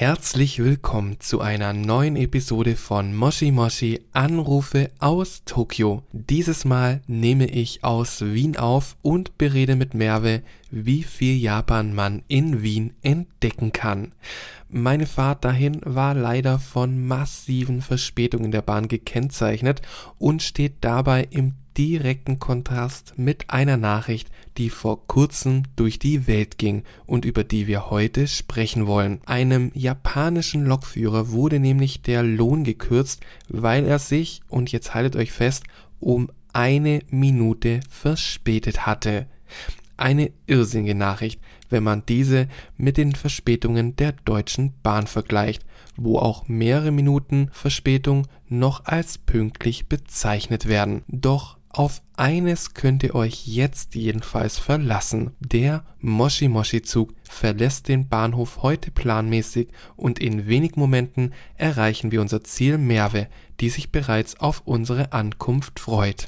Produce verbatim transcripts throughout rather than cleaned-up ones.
Herzlich willkommen zu einer neuen Episode von Moshi Moshi Anrufe aus Tokio. Dieses Mal nehme ich aus Wien auf und berede mit Merve, wie viel Japan man in Wien entdecken kann. Meine Fahrt dahin war leider von massiven Verspätungen der Bahn gekennzeichnet und steht dabei im direkten Kontrast mit einer Nachricht, die vor kurzem durch die Welt ging und über die wir heute sprechen wollen. Einem japanischen Lokführer wurde nämlich der Lohn gekürzt, weil er sich, und jetzt haltet euch fest, um eine Minute verspätet hatte. Eine irrsinnige Nachricht, wenn man diese mit den Verspätungen der Deutschen Bahn vergleicht, wo auch mehrere Minuten Verspätung noch als pünktlich bezeichnet werden. Doch auf eines könnt ihr euch jetzt jedenfalls verlassen. Der Moshi Moshi Zug verlässt den Bahnhof heute planmäßig und in wenigen Momenten erreichen wir unser Ziel Merve, die sich bereits auf unsere Ankunft freut.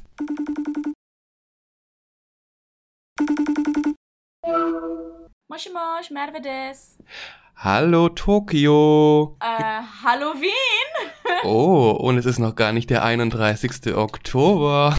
Moshi Moshi, Merve des. Hallo Tokio! Äh, hallo Wien! Oh, und es ist noch gar nicht der einunddreißigste Oktober.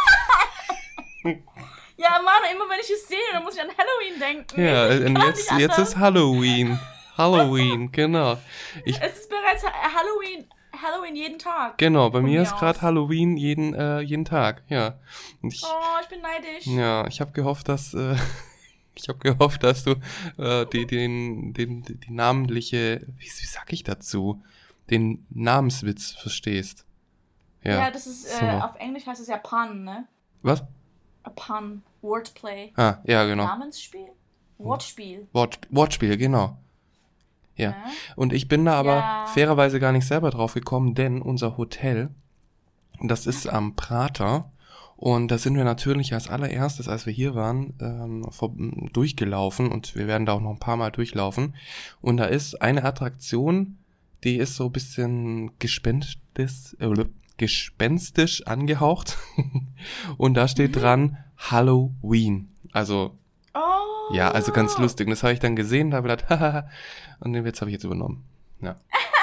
Ja, Mann, immer wenn ich es sehe, dann muss ich an Halloween denken. Ja, Ich und kann jetzt, nicht jetzt anders. ist Halloween. Halloween, genau. Ich, Es ist bereits Ha- Halloween, Halloween jeden Tag. genau, bei Von mir mir ist gerade aus. Halloween jeden, äh, jeden Tag, ja. Und ich, Oh, ich bin neidisch. ja, ich habe gehofft, dass, äh, ich habe gehofft, dass du äh, die, den, den, die namentliche, wie, wie sag ich dazu, den Namenswitz verstehst. Ja, Ja, das ist, so. äh, auf Englisch heißt es ja Pun, ne? Was? A Pun, Wordplay. Ah, ja, genau. Namensspiel? Wortspiel. Wort, Wortspiel, genau. Ja. Ne? Und ich bin da aber Ja. fairerweise gar nicht selber drauf gekommen, denn unser Hotel, das ist am Prater, und da sind wir natürlich als allererstes, als wir hier waren, ähm, vor, durchgelaufen, und wir werden da auch noch ein paar Mal durchlaufen. Und da ist eine Attraktion, die ist so ein bisschen gespenstisch, äh, gespenstisch angehaucht. Und da steht Mhm. dran Halloween. Also, Oh. ja, also ganz lustig. Und das habe ich dann gesehen, da habe ich gedacht, haha, und den Witz habe ich jetzt übernommen. Ja.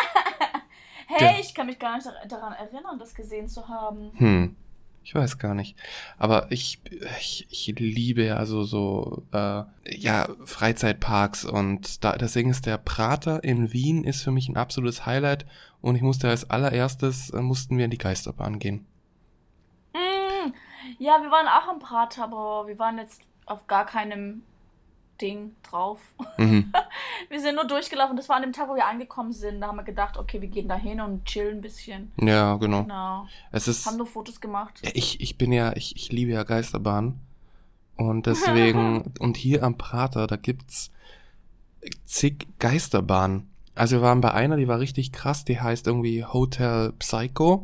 Hey, Ja. ich kann mich gar nicht dar- daran erinnern, das gesehen zu haben. Hm, ich weiß gar nicht. Aber ich, ich, ich liebe ja also so, äh, ja, Freizeitparks, und da, deswegen ist der Prater in Wien ist für mich ein absolutes Highlight, und ich musste als allererstes, äh, mussten wir in die Geisterbahn gehen. Mm, ja, wir waren auch im Prater, aber wir waren jetzt auf gar keinem Ding drauf. Mhm. Wir sind nur durchgelaufen. Das war an dem Tag, wo wir angekommen sind. Da haben wir gedacht, okay, wir gehen da hin und chillen ein bisschen. Ja, genau. Genau. Es ist, Haben nur Fotos gemacht. ja, ich, ich bin ja, ich, ich liebe ja Geisterbahn, und deswegen, und hier am Prater, da gibt's zig Geisterbahnen. Also wir waren bei einer, die war richtig krass, die heißt irgendwie Hotel Psycho,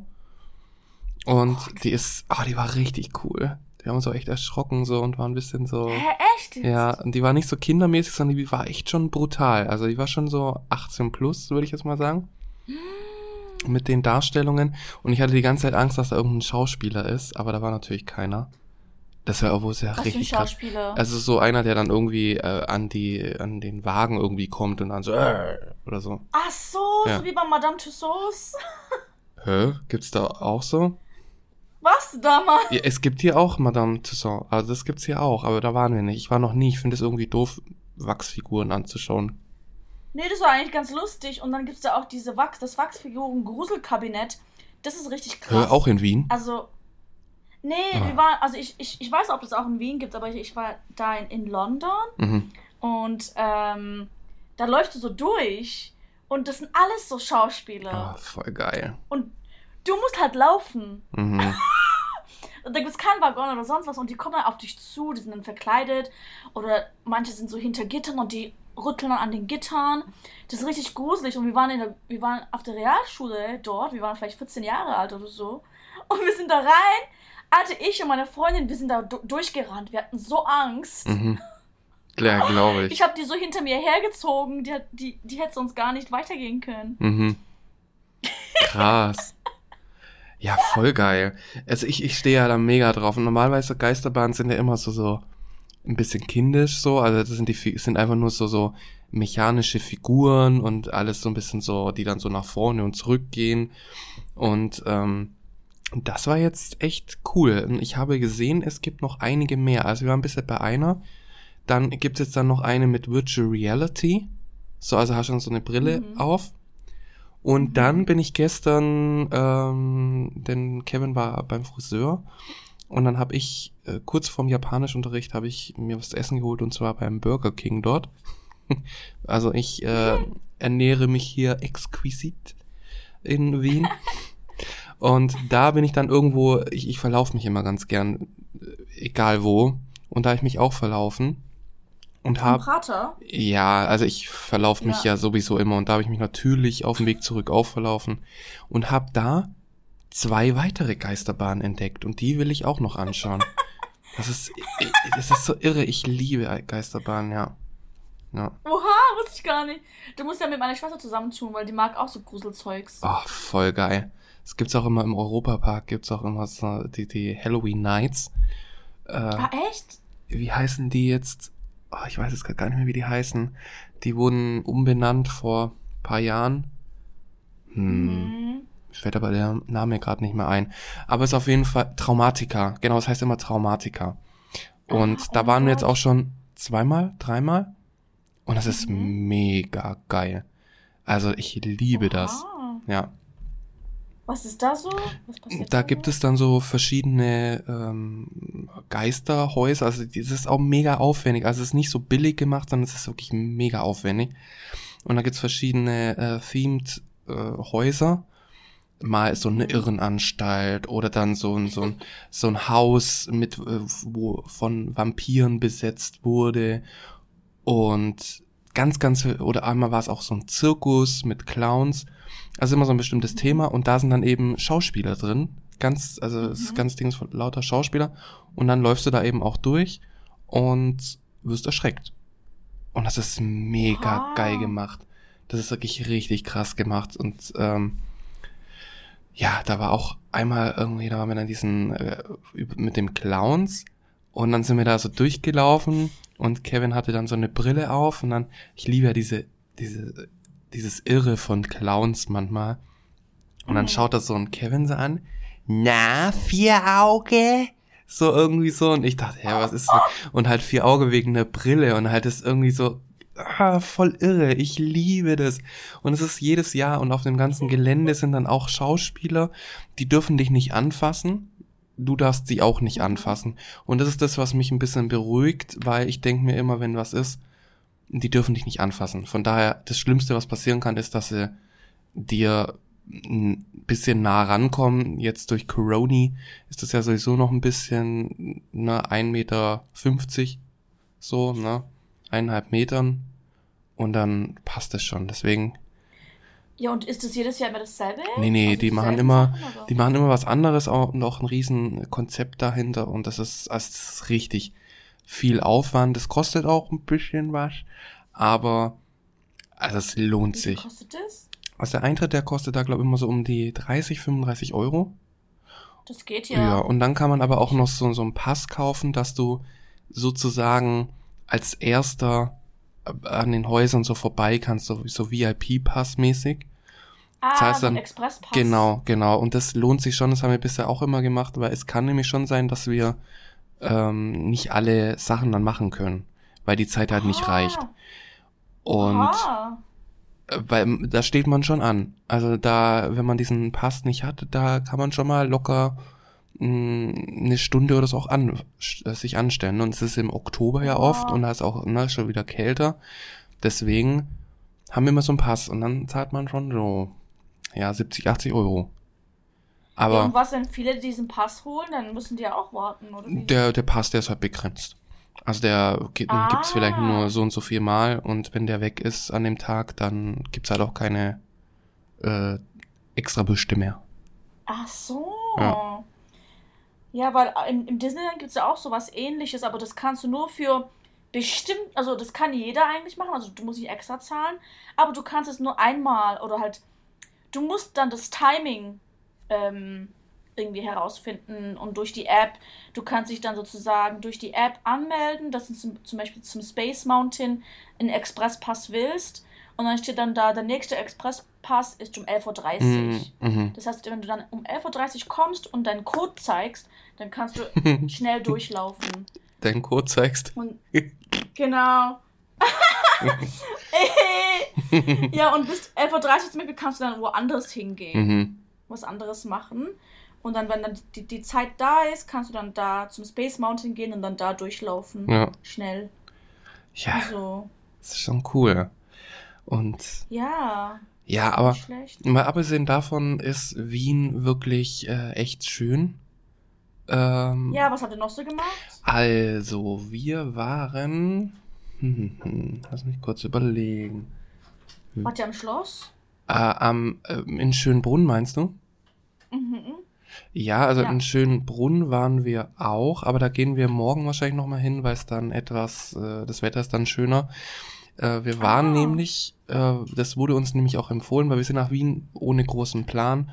und Oh, die ist, ah, die war richtig cool. Wir haben uns auch echt erschrocken so und waren ein bisschen so, Hä, echt jetzt? ja, und die war nicht so kindermäßig, sondern die war echt schon brutal. Also die war schon so achtzehn plus, würde ich jetzt mal sagen, Mm. mit den Darstellungen. Und ich hatte die ganze Zeit Angst, dass da irgendein Schauspieler ist, aber da war natürlich keiner. Das wäre obwohl sehr Was für ein richtig krass. Schauspieler? Also so einer, der dann irgendwie äh, an die an den Wagen irgendwie kommt und dann so äh, oder so. Ach so, Ja. so wie bei Madame Tussauds. Hä? Gibt's da auch so? Was damals? Ja, es gibt hier auch Madame Tussauds. Also das gibt's hier auch, aber da waren wir nicht. Ich war noch nie. Ich finde es irgendwie doof, Wachsfiguren anzuschauen. Nee, das war eigentlich ganz lustig. Und dann gibt's da auch diese Wachs, das Wachsfiguren-Gruselkabinett. Das ist richtig krass. Hä, auch in Wien? Also, nee, Ah. wir waren, also ich, ich, ich weiß, ob es auch in Wien gibt, aber ich, ich war da in, in London Mhm. und ähm, da läufst du so durch und das sind alles so Schauspieler. Ah, voll geil. Und du musst halt laufen. Mhm. Und da gibt es keinen Waggon oder sonst was und die kommen dann auf dich zu, die sind dann verkleidet oder manche sind so hinter Gittern und die rütteln dann an den Gittern. Das ist richtig gruselig und wir waren, in der, wir waren auf der Realschule dort, wir waren vielleicht vierzehn Jahre alt oder so und wir sind da rein, Alter, ich und meine Freundin, wir sind da du- durchgerannt, wir hatten so Angst. Mhm. Ja, glaube ich. Ich habe die so hinter mir hergezogen, die, hat- die, die hätte sonst gar nicht weitergehen können. Mhm. Krass. Ja, voll geil. Also ich, ich stehe ja da mega drauf. Und normalerweise Geisterbahnen sind ja immer so, so ein bisschen kindisch so. Also das sind die, Fi- sind einfach nur so, so mechanische Figuren und alles so ein bisschen so, die dann so nach vorne und zurück gehen. Und ähm, das war jetzt echt cool. Und ich habe gesehen, es gibt noch einige mehr. Also wir waren bisher bei einer. Dann gibt es jetzt dann noch eine mit Virtual Reality. So, also hast du dann so eine Brille Mhm. auf. Und Mhm. dann bin ich gestern, ähm, denn Kevin war beim Friseur. Und dann habe ich, äh, kurz vorm Japanischunterricht, habe ich mir was zu essen geholt. Und zwar beim Burger King dort. Also ich äh, ernähre mich hier exquisit in Wien. Und da bin ich dann irgendwo, ich, ich verlaufe mich immer ganz gern, äh, egal wo. Und da habe ich mich auch verlaufen. Und Am habe, Prater? ja, also ich verlaufe mich Ja. ja sowieso immer. Und da habe ich mich natürlich auf dem Weg zurück auch verlaufen. Und habe da zwei weitere Geisterbahnen entdeckt. Und die will ich auch noch anschauen. Das ist, das ist so irre. Ich liebe Geisterbahnen, ja. Ja. Oha, wusste ich gar nicht. Du musst ja mit meiner Schwester zusammentun, weil die mag auch so Gruselzeugs. Oh, voll geil. Es gibt's auch immer im Europapark, gibt's auch immer so die, die Halloween Nights. Äh, Ah, echt? wie heißen die jetzt? Oh, ich weiß jetzt grad gar nicht mehr, wie die heißen. Die wurden umbenannt vor ein paar Jahren. Hm, Mhm. mir fällt aber der Name gerade nicht mehr ein. Aber es ist auf jeden Fall Traumatica. Genau, es heißt immer Traumatica. Und Ah, da oh waren wir mein jetzt Gott. auch schon zweimal, dreimal. Und das ist Mhm. mega geil. Also ich liebe das. Oha. Ja. Was ist da so? Was passiert Da da gibt so? es dann so verschiedene ähm, Geisterhäuser. Also das ist auch mega aufwendig. Also es ist nicht so billig gemacht, sondern es ist wirklich mega aufwendig. Und da gibt's verschiedene äh, themed äh, Häuser. Mal so eine Mhm. Irrenanstalt oder dann so ein so ein so ein Haus mit äh, wo von Vampiren besetzt wurde. Und ganz, ganz, oder einmal war es auch so ein Zirkus mit Clowns. Also immer so ein bestimmtes Mhm. Thema. Und da sind dann eben Schauspieler drin. Ganz, also es ist Mhm. ganz Dings von lauter Schauspieler. Und dann läufst du da eben auch durch und wirst erschreckt. Und das ist mega geil Oha. gemacht. Das ist wirklich richtig krass gemacht. Und ähm, ja, da war auch einmal irgendwie, da waren wir dann diesen, äh, üb- mit dem Clowns. Und dann sind wir da so durchgelaufen und Kevin hatte dann so eine Brille auf und dann, ich liebe ja diese, diese, dieses Irre von Clowns manchmal. Und dann Mhm. schaut das so ein Kevin so an. Na, vier Auge? So irgendwie so. Und ich dachte, ja, was ist so? Und halt vier Auge wegen der Brille und halt ist irgendwie so, ah, voll irre. Ich liebe das. Und es ist jedes Jahr und auf dem ganzen Gelände sind dann auch Schauspieler, die dürfen dich nicht anfassen. Du darfst sie auch nicht Mhm. anfassen. Und das ist das, was mich ein bisschen beruhigt, weil ich denke mir immer, wenn was ist, die dürfen dich nicht anfassen. Von daher, das Schlimmste, was passieren kann, ist, dass sie dir ein bisschen nah rankommen. Jetzt durch Corona ist das ja sowieso noch ein bisschen, ne, ein Meter fünfzig, so, ne, eineinhalb Metern. Und dann passt es schon. Deswegen, Ja, und ist das jedes Jahr immer dasselbe? nee, nee, Also die machen dieselben immer, Sachen, oder? die machen immer was anderes auch, und auch ein riesen Konzept dahinter. Und das ist, also das ist richtig viel Aufwand. Das kostet auch ein bisschen was. Aber, also es lohnt Wie viel sich. kostet das? Also der Eintritt, der kostet da, glaube ich, immer so um die dreißig, fünfunddreißig Euro. Das geht Ja, ja. und dann kann man aber auch noch so, so einen Pass kaufen, dass du sozusagen als erster äh, an den Häusern so vorbei kannst, so, so V I P-Pass mäßig. Ah, Zahlst so ein dann, Expresspass. genau, genau. Und das lohnt sich schon, das haben wir bisher auch immer gemacht, weil es kann nämlich schon sein, dass wir ähm, nicht alle Sachen dann machen können, weil die Zeit halt nicht reicht. Ah, Und oha. äh, weil da steht man schon an. Also da, wenn man diesen Pass nicht hat, da kann man schon mal locker mh, eine Stunde oder so auch an, sch- sich anstellen. Und es ist im Oktober ja oft und Oha. da ist auch ne, schon wieder kälter. Deswegen haben wir immer so einen Pass und dann zahlt man schon so, ja, siebzig, achtzig Euro. Ja, und Aber was, wenn viele diesen Pass holen, dann müssen die ja auch warten, oder wie? der, der Pass, der ist halt begrenzt. Also der gibt, den gibt's vielleicht nur Ah, so und so viel Mal und wenn der weg ist an dem Tag, dann gibt's halt auch keine äh, extra Büste mehr. ach so. Ja. Ja, weil im, im Disneyland gibt es ja auch sowas ähnliches, aber das kannst du nur für bestimmt, also das kann jeder eigentlich machen, also du musst nicht extra zahlen, aber du kannst es nur einmal oder halt, du musst dann das Timing ähm, irgendwie herausfinden und durch die App, du kannst dich dann sozusagen durch die App anmelden, dass du zum, zum Beispiel zum Space Mountain einen Expresspass willst und dann steht dann da, der nächste Expresspass ist um elf Uhr dreißig. Mhm. Das heißt, wenn du dann um elf Uhr dreißig kommst und deinen Code zeigst, dann kannst du schnell durchlaufen. Deinen Code zeigst? Und, genau. Ja, und bis elf Uhr dreißig zum Beispiel kannst du dann woanders hingehen. Mhm. Was anderes machen. Und dann, wenn dann die, die Zeit da ist, kannst du dann da zum Space Mountain gehen und dann da durchlaufen. Ja. Schnell. Ja, Also, das ist schon cool. Und ja, ja, aber nicht schlecht. mal abgesehen davon ist Wien wirklich äh, echt schön. Ähm, Ja, was habt ihr noch so gemacht? Also, wir waren... Hm, hm, hm, lass mich kurz überlegen. Wart ihr am Schloss? Äh, am, äh, in Schönbrunn meinst du? Mhm. Ja, also Ja. in Schönbrunn waren wir auch, aber da gehen wir morgen wahrscheinlich nochmal hin, weil es dann etwas, äh, das Wetter ist dann schöner. Äh, wir waren Ah. nämlich, äh, das wurde uns nämlich auch empfohlen, weil wir sind nach Wien ohne großen Plan.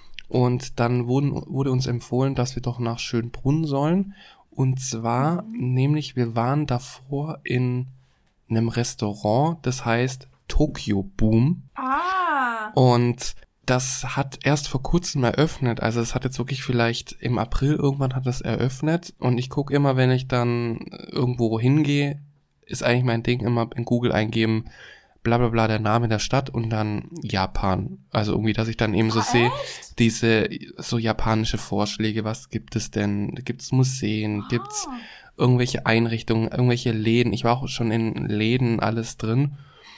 Und dann wurden, wurde uns empfohlen, dass wir doch nach Schönbrunn sollen. Und zwar, Mhm. nämlich, wir waren davor in einem Restaurant, das heißt Tokyo Boom. Ah. Und das hat erst vor kurzem eröffnet. Also es hat jetzt wirklich vielleicht im April irgendwann hat es eröffnet. Und ich gucke immer, wenn ich dann irgendwo hingehe, ist eigentlich mein Ding immer in Google eingeben, bla bla bla, der Name der Stadt und dann Japan. Also irgendwie, dass ich dann eben so Ah, sehe, echt? diese so japanische Vorschläge, was gibt es denn? Gibt's Museen? Gibt's Ah. irgendwelche Einrichtungen, irgendwelche Läden? Ich war auch schon in Läden alles drin.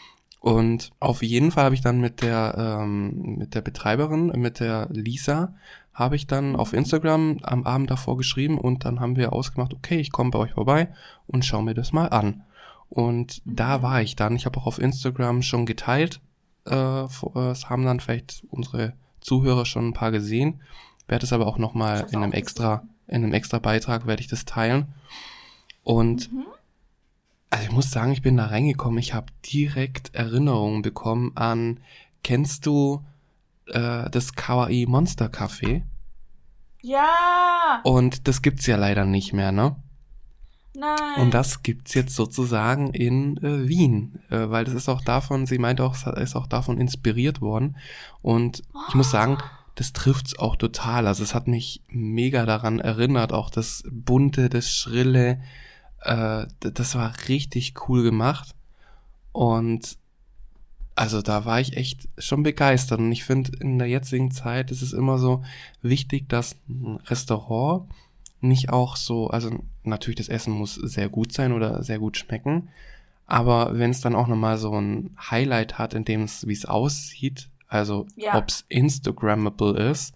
Und auf jeden Fall habe ich dann mit der ähm, mit der Betreiberin, mit der Lisa, habe ich dann auf Instagram am Abend davor geschrieben und dann haben wir ausgemacht, okay, ich komme bei euch vorbei und schaue mir das mal an. Und da Mhm. war ich dann. Ich habe auch auf Instagram schon geteilt. Äh, vor- äh, es haben dann vielleicht unsere Zuhörer schon ein paar gesehen. Werde es aber auch Ich nochmal hab's in einem auch extra gesehen. in einem extra Beitrag werde ich das teilen. Und Mhm. also ich muss sagen, ich bin da reingekommen, ich habe direkt Erinnerungen bekommen an, kennst du äh, das Kawaii Monster Café? Ja. Und das gibt's ja leider nicht mehr, ne? Nein. Und das gibt's jetzt sozusagen in äh, Wien, äh, weil das ist auch davon, sie meinte auch, es ist auch davon inspiriert worden. Und ich muss sagen, das trifft's auch total. Also es hat mich mega daran erinnert, auch das Bunte, das Schrille, äh, d- das war richtig cool gemacht. Und also da war ich echt schon begeistert. Und ich finde, in der jetzigen Zeit ist es immer so wichtig, dass ein Restaurant nicht auch so, also natürlich das Essen muss sehr gut sein oder sehr gut schmecken, aber wenn es dann auch nochmal so ein Highlight hat, in dem es, wie es aussieht, also Ja. ob es Instagrammable ist,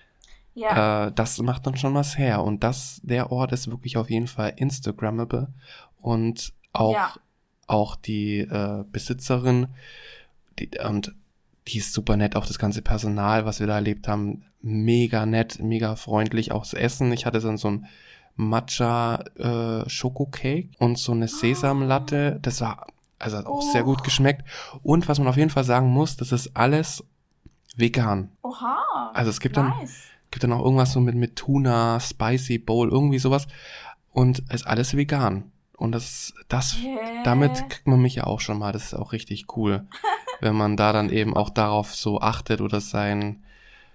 Ja. äh, das macht dann schon was her. Und das, der Ort ist wirklich auf jeden Fall Instagrammable. Und auch, Ja. auch die äh, Besitzerin, die, und die ist super nett, auch das ganze Personal, was wir da erlebt haben, mega nett, mega freundlich, auch das Essen. Ich hatte dann so ein Matcha äh, Schokocake und so eine Sesamlatte. Das war also hat auch sehr gut Oh. geschmeckt. Und was man auf jeden Fall sagen muss, das ist alles vegan. Oha. Also es gibt dann Nice. gibt dann auch irgendwas so mit mit Tuna, Spicy Bowl, irgendwie sowas. Und ist alles vegan. Und das, das, damit Hä? kriegt man mich ja auch schon mal. Das ist auch richtig cool, wenn man da dann eben auch darauf so achtet oder sein,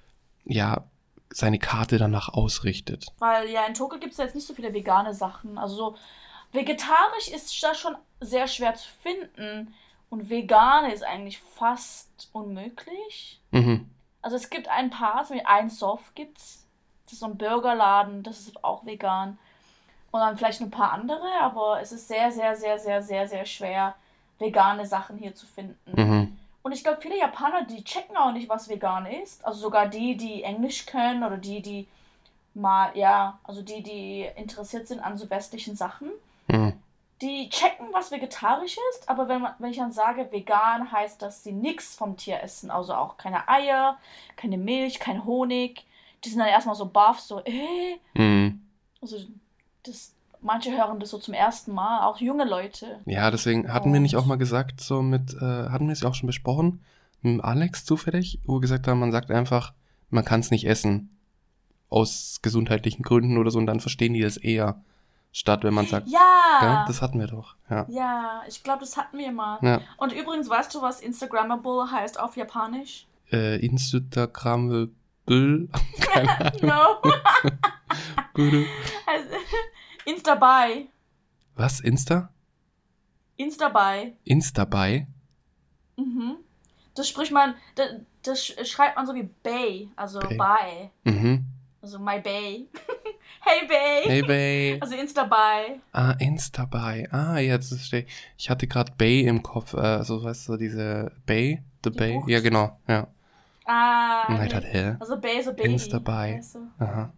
ja, seine Karte danach ausrichtet. Weil ja, in Tokio gibt es ja jetzt nicht so viele vegane Sachen. Also so vegetarisch ist da schon sehr schwer zu finden. Und vegan ist eigentlich fast unmöglich. Mhm. Also es gibt ein paar, zum Beispiel ein Soft gibt's. Das ist so ein Burgerladen, das ist auch vegan. Und dann vielleicht ein paar andere, aber es ist sehr, sehr, sehr, sehr, sehr, sehr schwer, vegane Sachen hier zu finden. Mhm. Und ich glaube, viele Japaner, die checken auch nicht, was vegan ist. Also sogar die, die Englisch können oder die, die mal, ja, also die, die interessiert sind an so westlichen Sachen. Mhm. Die checken, was vegetarisch ist, aber wenn, man, wenn ich dann sage, vegan, heißt, dass sie nichts vom Tier essen. Also auch keine Eier, keine Milch, kein Honig. Die sind dann erstmal so baff, so, äh. Mhm. Also das, manche hören das so zum ersten Mal, auch junge Leute. Ja, deswegen hatten wir nicht auch Und mal gesagt, so mit, äh, hatten wir es ja auch schon besprochen, mit dem Alex zufällig, wo wir gesagt haben, man sagt einfach, man kann es nicht essen. aus gesundheitlichen Gründen oder so und dann verstehen die das eher, statt wenn man sagt, Ja! ja, das hatten wir doch. Ja, Ja, ich glaube, das hatten wir mal. ja. Und übrigens, weißt du, was Instagrammable heißt auf Japanisch? Äh, Instagrammable, keine Ahnung. No. Bude. Also, Instabuy. Was, Insta? Instabuy. Instabuy? Mhm. Das spricht man, das, das schreibt man so wie Bay, also Bay. Bye. Mhm. Also my Bay. Hey Bay. Hey, Bay. Also Instabuy. Ah, Instabuy. Ah, jetzt verstehe ich. Ich hatte gerade Bay im Kopf, äh, also weißt du, diese Bay? The Die Bay? Bucht? Ja, genau, ja. Ah. Und ich Nee. dachte, hä? Also Bay so Baby. Instabuy. Weißt du? Aha.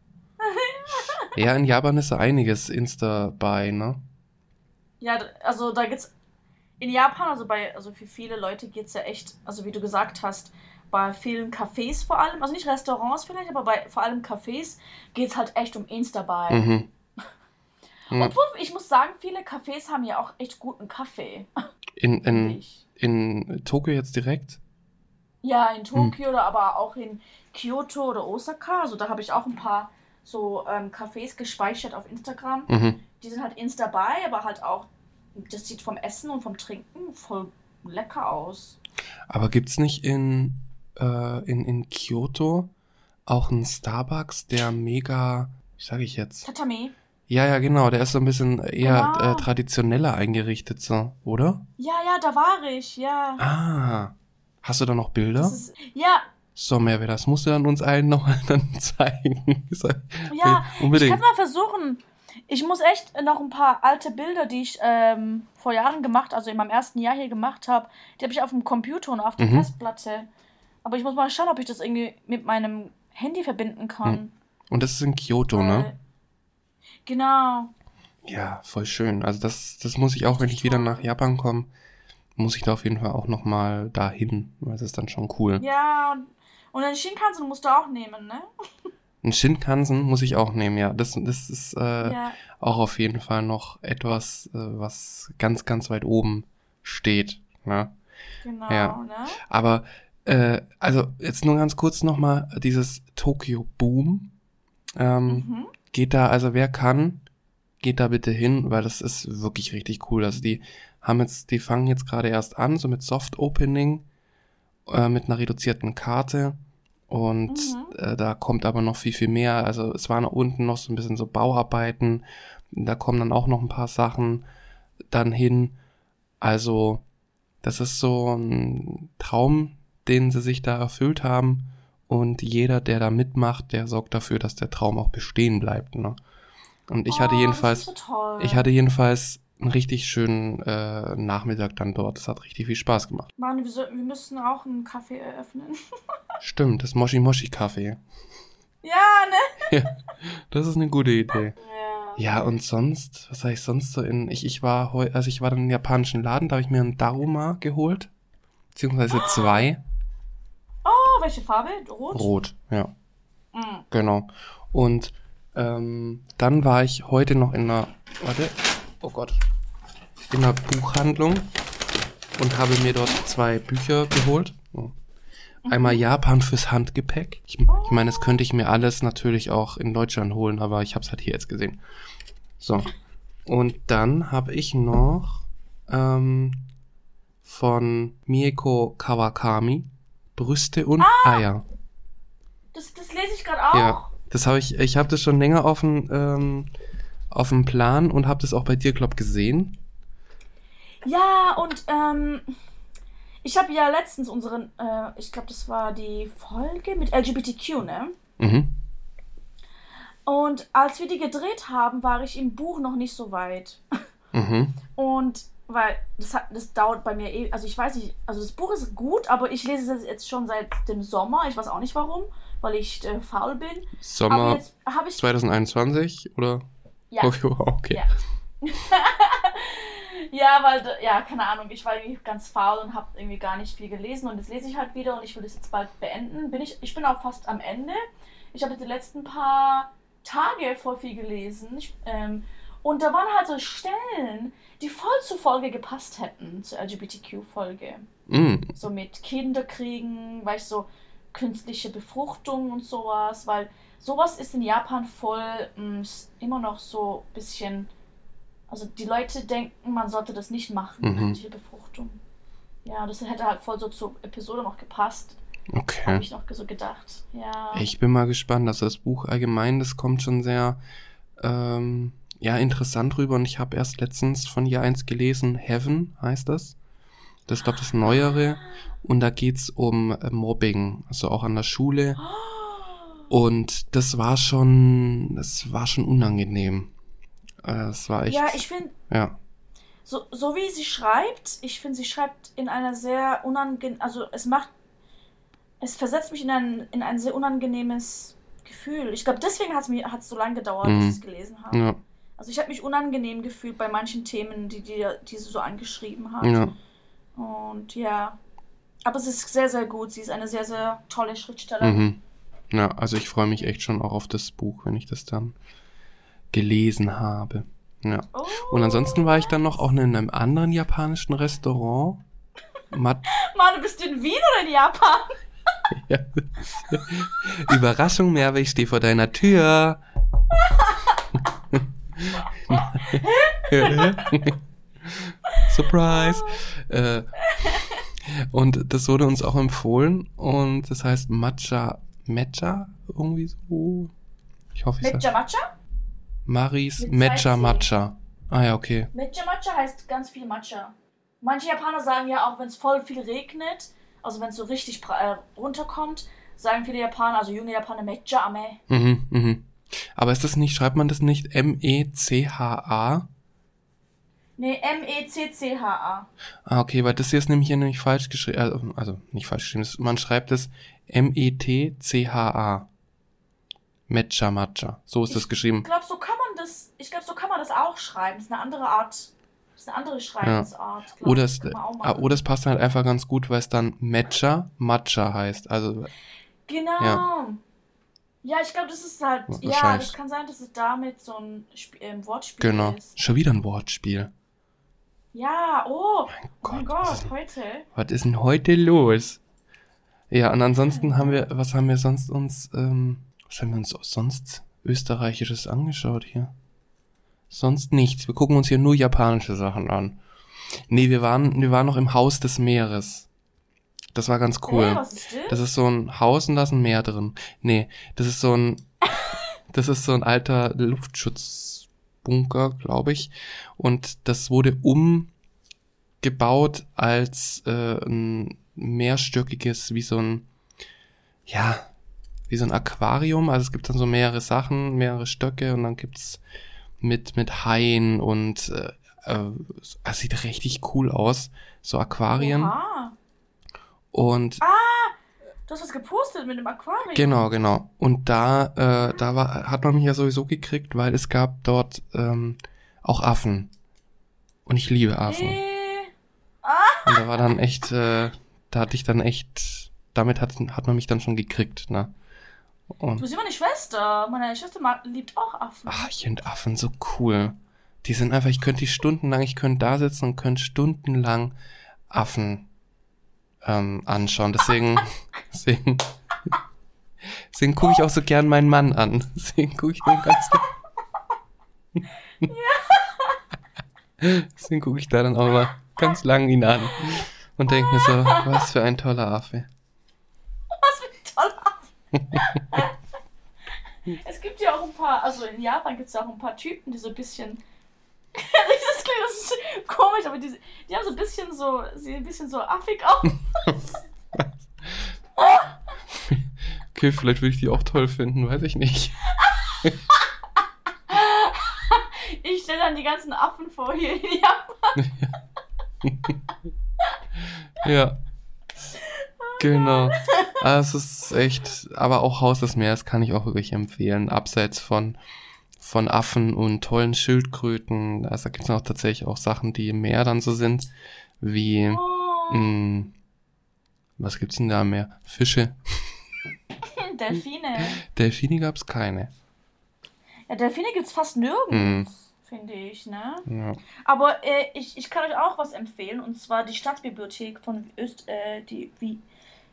Ja, in Japan ist da einiges Instabuy, ne? Ja, d- also da geht's in Japan, also bei, also für viele Leute geht's ja echt, also wie du gesagt hast, bei vielen Cafés vor allem, also nicht Restaurants vielleicht, aber bei vor allem Cafés geht's halt echt um Instabuy. Mhm. Ja. Obwohl, ich muss sagen, viele Cafés haben ja auch echt guten Kaffee. In, finde in, ich. in Tokio jetzt direkt? Ja, in Tokio oder aber auch in Kyoto oder Osaka. Also da habe ich auch ein paar so ähm, Cafés gespeichert auf Instagram. Mhm. Die sind halt Instabuy, aber halt auch, das sieht vom Essen und vom Trinken voll lecker aus. Aber gibt's nicht in, äh, in, in Kyoto auch einen Starbucks, der mega, wie sage ich jetzt? Tatami. Ja, ja, genau, der ist so ein bisschen eher Genau. äh, traditioneller eingerichtet, so, oder? Ja, ja, da war ich, ja. Ah, hast du da noch Bilder? Das ist, ja, So, Merve, das musst du dann uns allen noch dann zeigen. So, ja, ich unbedingt. kann mal versuchen. Ich muss echt noch ein paar alte Bilder, die ich ähm, vor Jahren gemacht, also in meinem ersten Jahr hier gemacht habe, die habe ich auf dem Computer und auf der Mhm. Festplatte. Aber ich muss mal schauen, ob ich das irgendwie mit meinem Handy verbinden kann. Und das ist in Kyoto, ne? Weil- Genau. Ja, voll schön. Also das, das muss ich auch, wenn ich wieder nach Japan komme, muss ich da auf jeden Fall auch nochmal dahin, weil das ist dann schon cool. Ja, und, und den Shinkansen musst du auch nehmen, ne? Ein Shinkansen muss ich auch nehmen, ja. Das, das ist äh, Ja. auch auf jeden Fall noch etwas, äh, was ganz, ganz weit oben steht. Ne? Genau, Ja. ne? Aber, äh, also jetzt nur ganz kurz nochmal, dieses Tokyo Boom. Ähm, Mhm. Geht da, also wer kann, geht da bitte hin, weil das ist wirklich richtig cool. Also die haben jetzt, die fangen jetzt gerade erst an, so mit Soft Opening, äh, mit einer reduzierten Karte. Und Mhm. äh, da kommt aber noch viel, viel mehr. Also es waren unten noch so ein bisschen so Bauarbeiten. Da kommen dann auch noch ein paar Sachen dann hin. Also das ist so ein Traum, den sie sich da erfüllt haben. Und jeder, der da mitmacht, der sorgt dafür, dass der Traum auch bestehen bleibt. Ne? Und ich hatte Oh, jedenfalls, das ist so toll. ich hatte jedenfalls einen richtig schönen äh, Nachmittag dann dort. Das hat richtig viel Spaß gemacht. Mann, wir, sollten, wir müssen auch einen Kaffee eröffnen. Stimmt, das Moshi Moshi Kaffee. Ja, ne? Ja, das ist eine gute Idee. Ja. Ja, und sonst, was habe ich sonst so in, ich, ich war heu, also ich war dann im japanischen Laden, da habe ich mir einen Daruma geholt. Beziehungsweise zwei. Oh, welche Farbe? Rot? Rot, ja, Mhm. genau. Und ähm, dann war ich heute noch in einer, warte, oh Gott, in einer Buchhandlung und habe mir dort zwei Bücher geholt. Oh. Einmal Japan fürs Handgepäck. Ich, ich meine, das könnte ich mir alles natürlich auch in Deutschland holen, aber ich habe es halt hier jetzt gesehen. So. Und dann habe ich noch ähm, von Mieko Kawakami Brüste und Eier. Das, das lese ich gerade auch. Ja, das habe ich, ich habe das schon länger auf dem ähm, auf dem Plan und habe das auch bei dir, glaub, gesehen. Ja, und ähm, ich habe ja letztens unseren, äh, ich glaube, das war die Folge mit L G B T Q, ne? Mhm. Und als wir die gedreht haben, war ich im Buch noch nicht so weit. Mhm. Und weil das, hat, das dauert bei mir eh, also ich weiß nicht, also das Buch ist gut, aber ich lese es jetzt schon seit dem Sommer. Ich weiß auch nicht warum, weil ich äh, faul bin. Aber Sommer jetzt habe ich. zwanzig einundzwanzig oder? Ja. Okay, okay. Ja. Ja, weil, ja, keine Ahnung, ich war irgendwie ganz faul und habe irgendwie gar nicht viel gelesen und jetzt lese ich halt wieder und ich will das jetzt bald beenden. Bin ich, ich bin auch fast am Ende. Ich habe jetzt die letzten paar Tage voll viel gelesen ich, ähm, und da waren halt so Stellen, die voll zur Folge gepasst hätten, zur L G B T Q-Folge. Mm. So mit Kinderkriegen, weil ich so, künstliche Befruchtung und sowas, weil sowas ist in Japan voll mh, immer noch so ein bisschen, also die Leute denken, man sollte das nicht machen, Mhm. künstliche Befruchtung. Ja, das hätte halt voll so zur Episode noch gepasst, habe Okay. ich noch so gedacht. Ja. Ich bin mal gespannt. Also das Buch allgemein, das kommt schon sehr ähm, ja, interessant rüber. Und ich habe erst letztens von ihr eins gelesen. Heaven heißt das. Das ist, glaube ich, das Neuere. Und da geht's um äh, Mobbing, also auch an der Schule. Und das war schon, das war schon unangenehm. Äh, Es war echt, Ja, ich finde, ja. so, so wie sie schreibt, ich finde, sie schreibt in einer sehr unangenehm, also es macht, es versetzt mich in ein, in ein sehr unangenehmes Gefühl. Ich glaube, deswegen hat es mir hat's so lange gedauert, bis ich es Mhm. gelesen habe. Ja, Also ich habe mich unangenehm gefühlt bei manchen Themen, die, die, die sie so angeschrieben hat. ja. Und ja, aber es ist sehr, sehr gut. Sie ist eine sehr, sehr tolle Schriftstellerin. Mhm. Ja, also ich freue mich echt schon auch auf das Buch, wenn ich das dann gelesen habe. Ja. Oh, Und ansonsten war ich dann noch auch in einem anderen japanischen Restaurant. Mat Mann, du bist in Wien oder in Japan? ja. Überraschung, Merve, ich stehe vor deiner Tür. Surprise. Äh, und das wurde uns auch empfohlen und das heißt Matcha, Matcha, irgendwie so. Ich hoffe, ich sage Matcha Matcha? Maris Mit Matcha zwei C. Matcha. Ah ja, okay. Matcha Matcha heißt ganz viel Matcha. Manche Japaner sagen ja auch, wenn es voll viel regnet, also wenn es so richtig pra- äh, runterkommt, sagen viele Japaner, also junge Japaner, Matcha Ame. Mhm, mhm. Aber ist das nicht, schreibt man das nicht M E C H A? Nee, M E C C H A. Ah, okay, weil das hier ist nämlich hier nämlich falsch geschrieben, also, also nicht falsch geschrieben, das- man schreibt es M E T C H A. Matcha Matcha. So ist das Ich geschrieben. glaube, so kann man das, ich glaube, so kann man das auch schreiben. Das ist eine andere Art, das ist eine andere Schreibensart, glaube Oder ich. es, Kann man auch ah, machen. oder es passt halt einfach ganz gut, weil es dann Matcha Matcha heißt. Also, Genau. ja, Ja, ich glaube, das ist halt, ja, das wahrscheinlich. kann sein, dass es damit so ein Sp ähm, Wortspiel Genau. ist. Schon wieder ein Wortspiel. Ja, oh, oh mein Gott, was Gott, ist denn, heute. was ist denn heute los? Ja, und ansonsten haben wir, was haben wir sonst uns, ähm, was haben wir uns sonst Österreichisches angeschaut hier? Sonst nichts. Wir gucken uns hier nur japanische Sachen an. Nee, wir waren, wir waren noch im Haus des Meeres. Das war ganz Hä, cool. was ist das? Das ist so ein Haus und da ist ein Meer drin. Nee, das ist so ein, das ist so ein alter Luftschutzbunker, glaube ich. Und das wurde umgebaut als äh, ein mehrstöckiges, wie so ein, ja, wie so ein Aquarium. Also es gibt dann so mehrere Sachen, mehrere Stöcke und dann gibt's mit, mit Haien und äh, äh, es sieht richtig cool aus. So Aquarien. Oha. Und Du hast was gepostet mit dem Aquarium. genau, genau. Und da, äh, da war, hat man mich ja sowieso gekriegt, weil es gab dort ähm, auch Affen. Und ich liebe Affen. Äh, Und da war dann echt, äh, da hatte ich dann echt, damit hat, hat man mich dann schon gekriegt, ne? du Und, bist immer eine Schwester. Meine Schwester mag, liebt auch Affen. ach, ich finde Affen so cool. Die sind einfach, ich könnte die stundenlang, ich könnte da sitzen und könnte stundenlang Affen ähm, anschauen. Deswegen, deswegen, deswegen gucke ich auch so gern meinen Mann an. Deswegen gucke ich den ganzen, deswegen gucke ich da dann auch mal ganz lang ihn an und denke mir so, was für ein toller Affe. Was für ein toller Affe. Es gibt ja auch ein paar, also in Japan gibt es ja auch ein paar Typen, die so ein bisschen. Das klingt das ist komisch, aber die, die haben so ein bisschen so, sehen ein bisschen so affig aus. Okay, vielleicht würde ich die auch toll finden, weiß ich nicht. Ich stelle dann die ganzen Affen vor hier in Japan. Ja. Genau. Also es ist echt, aber auch Haus des Meeres kann ich auch wirklich empfehlen. Abseits von, von Affen und tollen Schildkröten. Also da gibt es noch tatsächlich auch Sachen, die im Meer dann so sind, wie, Oh, mh, was gibt's denn da mehr? Fische. Delfine. Delfine gab's keine. Ja, Delfine gibt's fast nirgends, finde ich, ne? Ja. Aber äh, ich, ich kann euch auch was empfehlen, und zwar die Stadtbibliothek von Öst, äh, die, wie,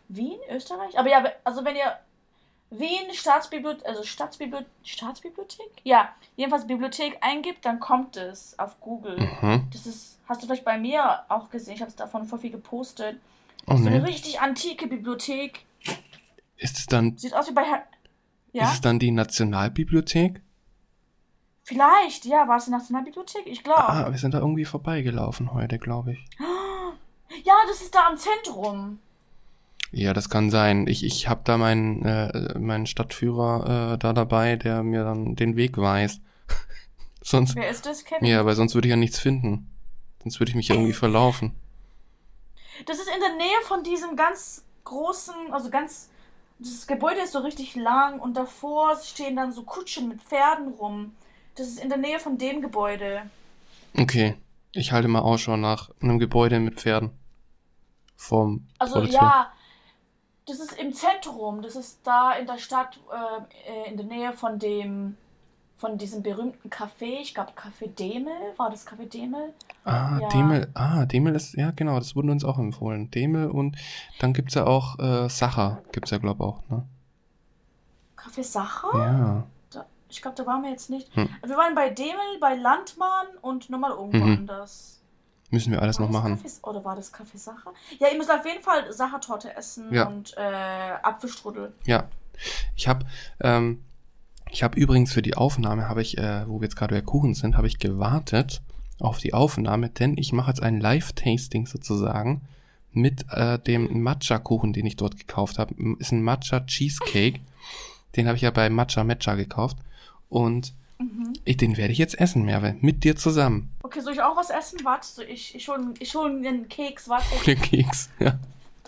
Wien, Österreich? Aber ja, also wenn ihr Wien Staatsbibliothek, also Staatsbibliothek, Staatsbibliothek? Ja, jedenfalls Bibliothek eingibt, dann kommt es auf Google. Mhm. Das ist, hast du vielleicht bei mir auch gesehen, ich habe es davon voll viel gepostet. Oh, So nee. eine richtig antike Bibliothek. Ist es dann, Sieht aus wie bei Har- ist Ja? es dann die Nationalbibliothek? Vielleicht, ja, war es die Nationalbibliothek? Ich glaube. Ah, wir sind da irgendwie vorbeigelaufen heute, glaube ich. Ja, das ist da am Zentrum. Ja, das kann sein. Ich, ich habe da meinen, äh, meinen Stadtführer äh, da dabei, der mir dann den Weg weist. Sonst, Wer ist das, Kevin? ja, weil sonst würde ich ja nichts finden. Sonst würde ich mich ja irgendwie verlaufen. Das ist in der Nähe von diesem ganz großen, also ganz, das Gebäude ist so richtig lang und davor stehen dann so Kutschen mit Pferden rum. Das ist in der Nähe von dem Gebäude. Okay, ich halte mal Ausschau nach einem Gebäude mit Pferden. Vom Also vor der Tür. ja, das ist im Zentrum. Das ist da in der Stadt, äh, in der Nähe von dem, von diesem berühmten Café. Ich glaube, Café Demel. War das Café Demel? Ah, Ja. Demel, ah, Demel ist, ja genau, das wurde uns auch empfohlen. Demel und dann gibt's ja auch äh, Sacher, gibt's ja glaube auch, ne? Café Sacher? Ja. Da, ich glaube, da waren wir jetzt nicht. Hm. Wir waren bei Demel, bei Landmann und nochmal irgendwo Mhm. anders. Müssen wir alles War noch das machen. Kaffee, oder war das Kaffee Sacher? Ja, ihr müsst auf jeden Fall Sachertorte essen Ja. und äh, Apfelstrudel. Ja. Ich habe ähm, ich habe übrigens für die Aufnahme, habe ich, äh, wo wir jetzt gerade bei Kuchen sind, habe ich gewartet auf die Aufnahme, denn ich mache jetzt ein Live-Tasting sozusagen mit äh, dem Matcha-Kuchen, den ich dort gekauft habe. Ist ein Matcha-Cheesecake. Den habe ich ja bei Matcha Matcha gekauft. Und Mhm. ich, den werde ich jetzt essen, Merve, mit dir zusammen. Okay, soll ich auch was essen? Warte, so ich, ich hole ich hol mir einen Keks, warte. Den Keks, ja.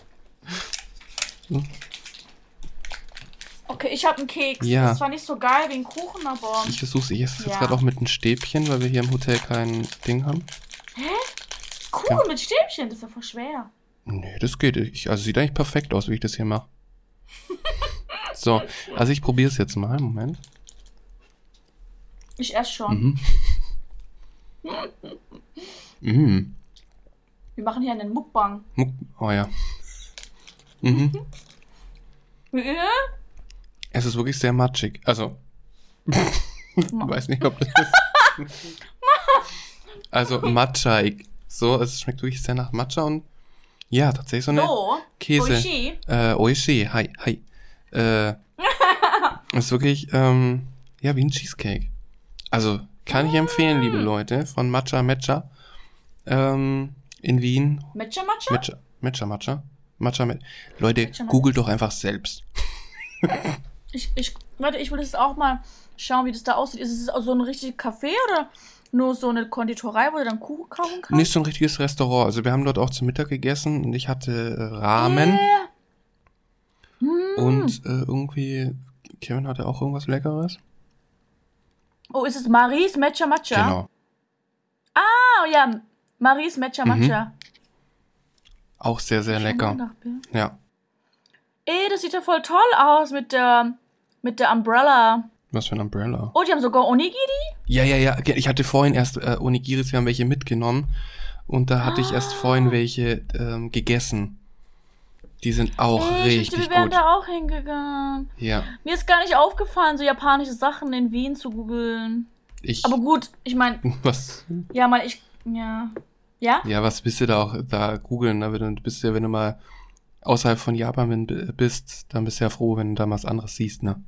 Okay, ich habe einen Keks. Ja. Das war nicht so geil wie ein Kuchen, aber... Ich versuch's, ich esse es jetzt Ja. gerade auch mit einem Stäbchen, weil wir hier im Hotel kein Ding haben. Kuchen Ja. mit Stäbchen, das ist ja voll schwer. Nee, das geht. Ich, also sieht eigentlich perfekt aus, wie ich das hier mache. So, also ich probiere es jetzt mal. Moment. Ich esse schon. Mhm. Mhm. Wir machen hier einen Mukbang. Muck- Oh ja. Mhm. Ja? Es ist wirklich sehr matschig. Also, ich weiß nicht, ob das ist. Also, matchaig. So, es schmeckt wirklich sehr nach Matcha und ja, tatsächlich so eine So, Käse. Oishi. Äh, Oishi, hi, hi. Äh, ist wirklich, ähm, ja, wie ein Cheesecake. Also, kann ich empfehlen, liebe Leute, von Matcha Matcha, ähm, in Wien. Matcha Matcha? Matcha, Matcha Matcha. Matcha Matcha. Leute, Matcha Matcha. googelt doch einfach selbst. Ich, ich, warte, ich will das auch mal schauen, wie das da aussieht. Ist es so ein richtiges Café oder nur so eine Konditorei, wo du dann Kuchen kaufen kannst? Nicht so ein richtiges Restaurant. Also, wir haben dort auch zu Mittag gegessen und ich hatte äh, Ramen Äh. Hm. und äh, irgendwie, Kevin hatte auch irgendwas Leckeres. Oh, ist es Maries Matcha Matcha? Genau. Ah, ja, Maries Matcha Mhm. Matcha. Auch sehr, sehr Schau mal lecker. nach, Bill. Ja. Ey, das sieht ja voll toll aus mit der, mit der Umbrella. Was für ein Umbrella. Oh, die haben sogar Onigiri? Ja, ja, ja. Ich hatte vorhin erst äh, Onigiris, wir haben welche mitgenommen. Und da hatte ich erst vorhin welche ähm, gegessen. Die sind auch Ey, ich richtig dachte, wir wären gut. da auch hingegangen. Ja, Mir ist gar nicht aufgefallen, so japanische Sachen in Wien zu googeln. ich. Aber gut, ich meine, Was? ja, mal ich, ja. Ja? Ja, was willst du da auch da googeln? Ne? Du bist ja, wenn du mal außerhalb von Japan bin- bist, dann bist du ja froh, wenn du da was anderes siehst, ne?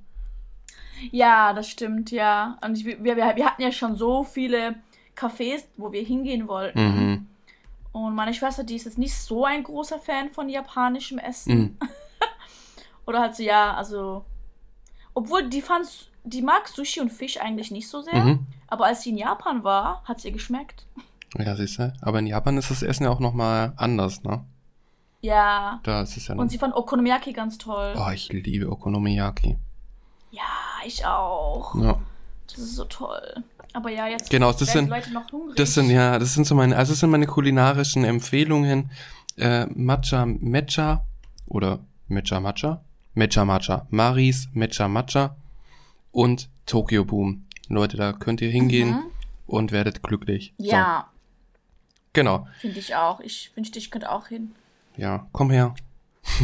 Ja, das stimmt, ja. Und ich, wir, wir, wir hatten ja schon so viele Cafés, wo wir hingehen wollten. Mhm. Und meine Schwester, die ist jetzt nicht so ein großer Fan von japanischem Essen. Mhm. Oder halt so, ja, also. Obwohl, die fand, die mag Sushi und Fisch eigentlich nicht so sehr. Mhm. Aber als sie in Japan war, hat es ihr geschmeckt. Ja, siehst du. Aber in Japan ist das Essen ja auch nochmal anders, ne? Ja. Da ist es ja noch. Und sie fand Okonomiyaki ganz toll. Oh, ich liebe Okonomiyaki. Ja, ich auch. Ja. Das ist so toll. Aber ja, jetzt Genau, das werden sind- die Leute noch hungrig. Das sind, ja, das sind so meine, also das sind meine kulinarischen Empfehlungen. Äh, Matcha Matcha oder Matcha Matcha, Matcha Matcha, Maris Matcha Matcha und Tokyo Boom. Leute, da könnt ihr hingehen Mhm. und werdet glücklich. Ja, So, genau. finde ich auch. Ich wünschte, ich könnte auch hin. Ja, komm her.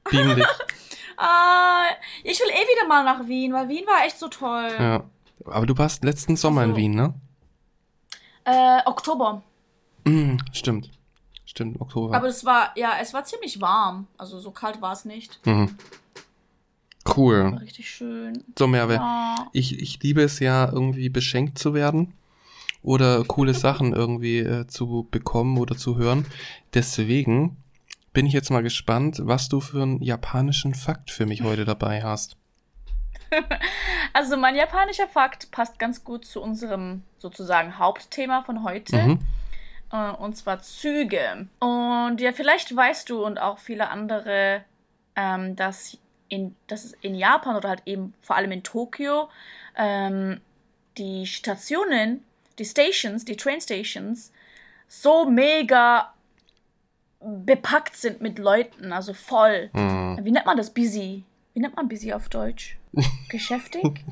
Beam dich. Ah, ich will eh wieder mal nach Wien, weil Wien war echt so toll. Ja. Aber du warst letzten Sommer Also, in Wien, ne? Äh, Oktober. Mm, stimmt. Stimmt, Oktober. Aber es war, ja, es war ziemlich warm. Also so kalt war es nicht. Mhm. War Cool. richtig schön. So, Merve, Ja. ich, ich liebe es ja, irgendwie beschenkt zu werden oder coole Sachen irgendwie äh, zu bekommen oder zu hören. Deswegen bin ich jetzt mal gespannt, was du für einen japanischen Fakt für mich heute dabei hast. Also mein japanischer Fakt passt ganz gut zu unserem sozusagen Hauptthema von heute. Mhm. Äh, und zwar Züge. Und ja, vielleicht weißt du und auch viele andere, ähm, dass, in, dass es in Japan oder halt eben vor allem in Tokio ähm, die Stationen, die Stations, die Train Stations so mega bepackt sind mit Leuten, also voll. Mhm. Wie nennt man das? Busy. Wie nennt man busy auf Deutsch? Geschäftig?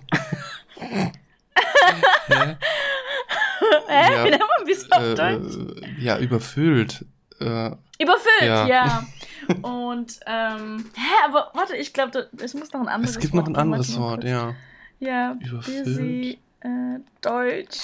Hä? Hä? Ja, Wie nennt man busy auf äh, Deutsch? äh, ja, überfüllt. Äh, Überfüllt, ja. ja. Und, ähm, hä, aber warte, ich glaube, es muss noch ein anderes Es gibt Wort noch ein geben. anderes Warte mal Wort, kurz. ja. Ja, Überfüllt. busy, äh, Deutsch.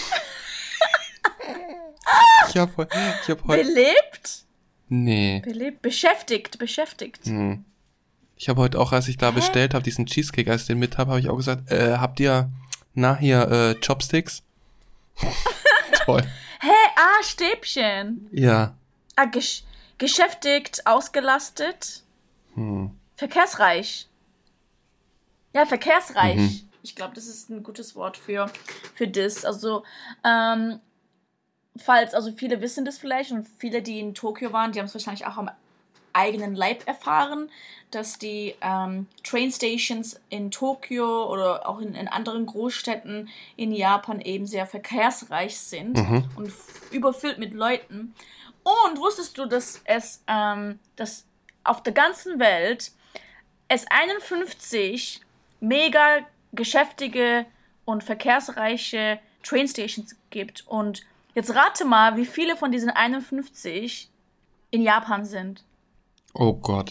Ich hab, heu- ich hab heute... Belebt? Nee. Belebt, beschäftigt, beschäftigt. Hm. Ich habe heute auch, als ich da Hä? bestellt habe, diesen Cheesecake, als ich den mit habe, habe ich auch gesagt, äh, habt ihr, na hier, äh, Chopsticks? Toll. Hä, ah, Stäbchen. Ja. Ah, gesch geschäftigt, ausgelastet, Hm. verkehrsreich. Ja, verkehrsreich. Mhm. Ich glaube, das ist ein gutes Wort für, für das. Also, ähm, falls, also viele wissen das vielleicht und viele, die in Tokio waren, die haben es wahrscheinlich auch am eigenen Leib erfahren, dass die ähm, Train Stations in Tokio oder auch in, in anderen Großstädten in Japan eben sehr verkehrsreich sind Mhm. und f- überfüllt mit Leuten. Und wusstest du, dass es ähm, dass auf der ganzen Welt es einundfünfzig mega geschäftige und verkehrsreiche Train Stations gibt? Und jetzt rate mal, wie viele von diesen einundfünfzig in Japan sind. Oh Gott.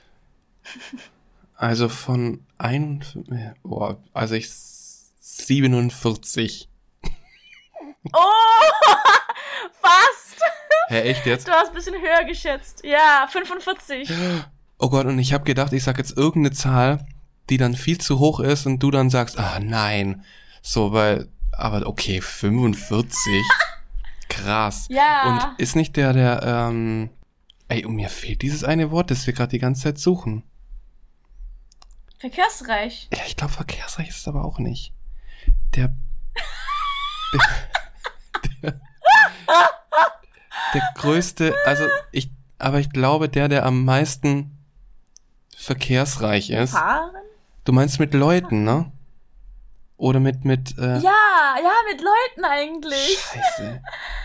Also von ein, oh, also ich siebenundvierzig. Oh, fast. Hä, echt jetzt? Du hast ein bisschen höher geschätzt. Ja, fünfundvierzig. Oh Gott, und ich habe gedacht, ich sag jetzt irgendeine Zahl, die dann viel zu hoch ist und du dann sagst, ah nein. So, weil, aber okay, fünfundvierzig. Krass. Ja. Und ist nicht der, der, ähm, ey, und mir fehlt dieses eine Wort, das wir gerade die ganze Zeit suchen. Verkehrsreich. Ja, ich glaube, verkehrsreich ist es aber auch nicht. Der, der, der größte, also ich, aber ich glaube, der, der am meisten verkehrsreich ist. Fahren? Du meinst mit Leuten, ne? Oder mit, mit, äh, Ja, ja, mit Leuten eigentlich. Scheiße.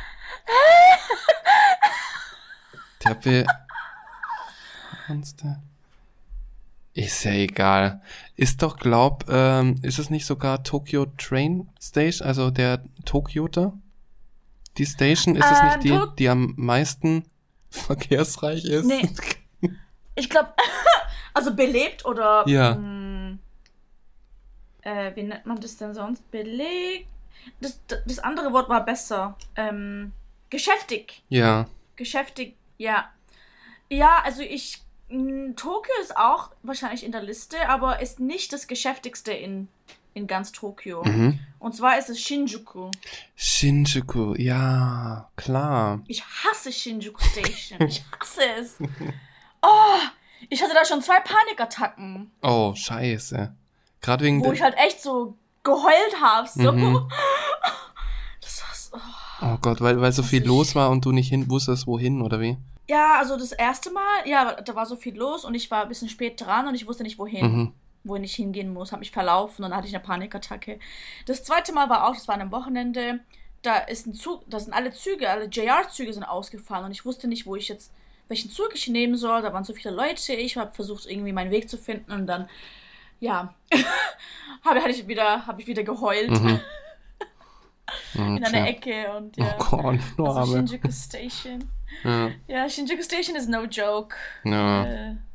Der Be... Monster. Ist ja egal. Ist doch, glaub, ähm, ist es nicht sogar Tokyo Train Station, also der Tokyoter? Die Station, ist es Ähm, nicht die, To- die am meisten verkehrsreich ist? Nee. Ich glaube, also belebt oder... Ja. Mh, äh, wie nennt man das denn sonst? Belegt? Das, das andere Wort war besser. Ähm, geschäftig. Ja. Geschäftig, ja. Ja, also ich... mh, Tokio ist auch wahrscheinlich in der Liste, aber ist nicht das geschäftigste in, in ganz Tokio. Mhm. Und zwar ist es Shinjuku. Shinjuku, ja, klar. Ich hasse Shinjuku Station. Ich hasse es. Oh, ich hatte da schon zwei Panikattacken, Oh, scheiße. Gerade wegen wo der... ich halt echt so geheult habe. So. Mhm. Das war so. Oh Gott, weil, weil so Muss viel ich- los war und du nicht hin wusstest, wohin, oder wie? Ja, also das erste Mal, ja, da war so viel los und ich war ein bisschen spät dran und ich wusste nicht, wohin. Mhm. Wohin ich hingehen muss, habe mich verlaufen und dann hatte ich eine Panikattacke. Das zweite Mal war auch, das war an einem Wochenende, da ist ein Zug, da sind alle Züge, alle J R-Züge sind ausgefallen und ich wusste nicht, wo ich jetzt, welchen Zug ich nehmen soll. Da waren so viele Leute, ich habe versucht, irgendwie meinen Weg zu finden und dann, ja, habe hatte ich wieder, habe ich wieder geheult Mhm. in Okay. einer Ecke und ja. Oh Gott, nur Also aber. Shinjuku Station. Ja, Ja, Shinjuku Station is no joke. ja. Äh,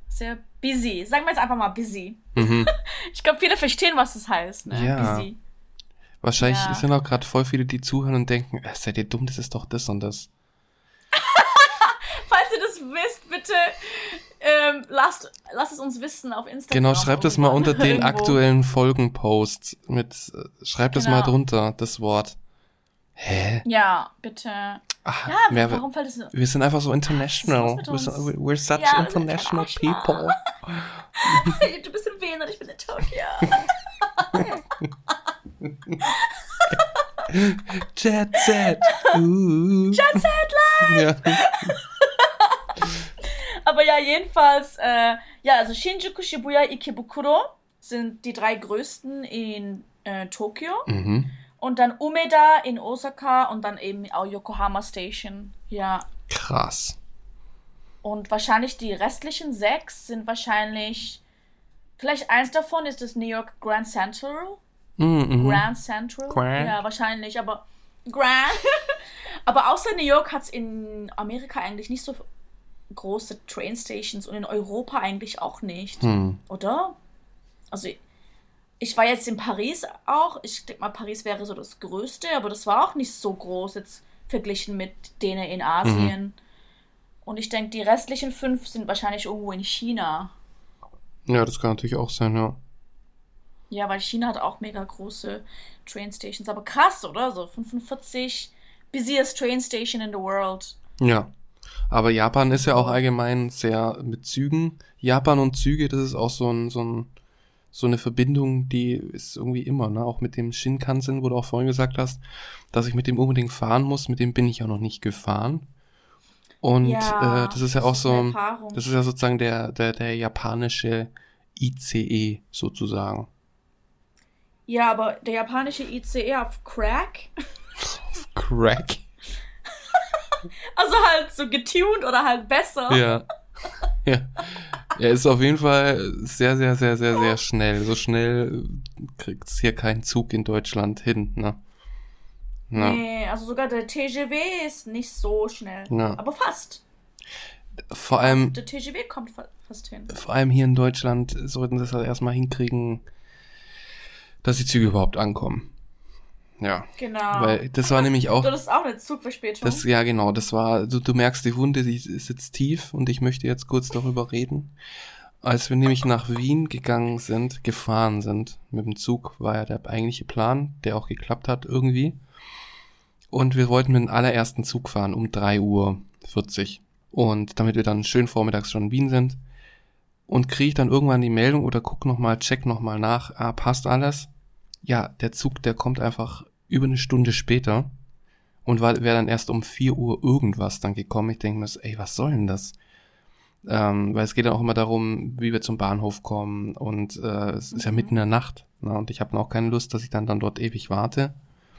sehr busy. Sagen wir jetzt einfach mal busy. Mhm. Ich glaube, viele verstehen, was das heißt, ne? Ja. Busy. Wahrscheinlich Ja. sind auch gerade voll viele, die zuhören und denken, äh, seid ihr dumm, das ist doch das und das. Falls ihr das wisst, bitte ähm, lasst, lasst es uns wissen auf Instagram. Genau, schreibt das mal unter den irgendwo. aktuellen Folgenposts mit, äh, schreibt das Genau. mal drunter, das Wort. Hä? Ja, bitte. Ach, Ja, mehr, warum fällt es so? wir sind einfach so international. Was ist los We're, mit so, uns? we're such Ja, wir sind international international. people. Du bist in Wien und ich bin in Tokio. Jet Set. Uh. Jet Set live! Ja. Aber ja, jedenfalls, äh, ja, also Shinjuku, Shibuya, Ikebukuro sind die drei größten in äh, Tokio. Mhm. Und dann Umeda in Osaka und dann eben auch Yokohama Station. Ja. Krass. Und wahrscheinlich die restlichen sechs sind wahrscheinlich, vielleicht eins davon ist das New York Grand Central. Mhm. Grand Central. Grand. Ja, wahrscheinlich, aber Grand. Aber außer New York hat es in Amerika eigentlich nicht so große Train Stations und in Europa eigentlich auch nicht. Hm. Oder? Also ich war jetzt in Paris auch. Ich denke mal, Paris wäre so das Größte, aber das war auch nicht so groß jetzt verglichen mit denen in Asien. Mhm. Und ich denke, die restlichen fünf sind wahrscheinlich irgendwo in China. Ja, das kann natürlich auch sein, ja. Ja, weil China hat auch mega große Train Stations. Aber krass, oder? So fünfundvierzig busiest Train Station in the world. Ja. Aber Japan ist ja auch allgemein sehr mit Zügen. Japan und Züge, das ist auch so ein, so ein so eine Verbindung, die ist irgendwie immer, ne? Auch mit dem Shinkansen, wo du auch vorhin gesagt hast, dass ich mit dem unbedingt fahren muss, mit dem bin ich ja noch nicht gefahren. Und ja, äh, das ist ja auch ist so, das ist ja sozusagen der, der, der japanische I C E sozusagen. Ja, aber der japanische I C E auf Crack? Auf Crack? Also halt so getuned oder halt besser. Ja. Ja. Er ist auf jeden Fall sehr, sehr, sehr, sehr, sehr schnell. So schnell kriegt's hier kein Zug in Deutschland hin, ne? Ja. Nee, also sogar der T G V ist nicht so schnell. Ja. Aber fast. Vor allem. Der T G V kommt fast hin. Vor allem hier in Deutschland sollten sie es halt erstmal hinkriegen, dass die Züge überhaupt ankommen. Ja. Genau. Weil das war nämlich auch. Das ist auch eine Zugverspätung. Das, ja, genau. Das war, du, du merkst, die Wunde, die sitzt tief und ich möchte jetzt kurz darüber reden. Als wir nämlich nach Wien gegangen sind, gefahren sind, mit dem Zug, war ja der eigentliche Plan, der auch geklappt hat irgendwie. Und wir wollten mit dem allerersten Zug fahren um drei Uhr vierzig. Und damit wir dann schön vormittags schon in Wien sind. Und kriege ich dann irgendwann die Meldung oder guck nochmal, check nochmal nach, ah, passt alles? Ja, der Zug, der kommt einfach über eine Stunde später und wäre dann erst um vier Uhr irgendwas dann gekommen. Ich denke mir so, ey, was soll denn das? Ähm, weil es geht dann auch immer darum, wie wir zum Bahnhof kommen und äh, es ist ja mitten in der Nacht, ne? Und ich habe dann auch keine Lust, dass ich dann, dann dort ewig warte.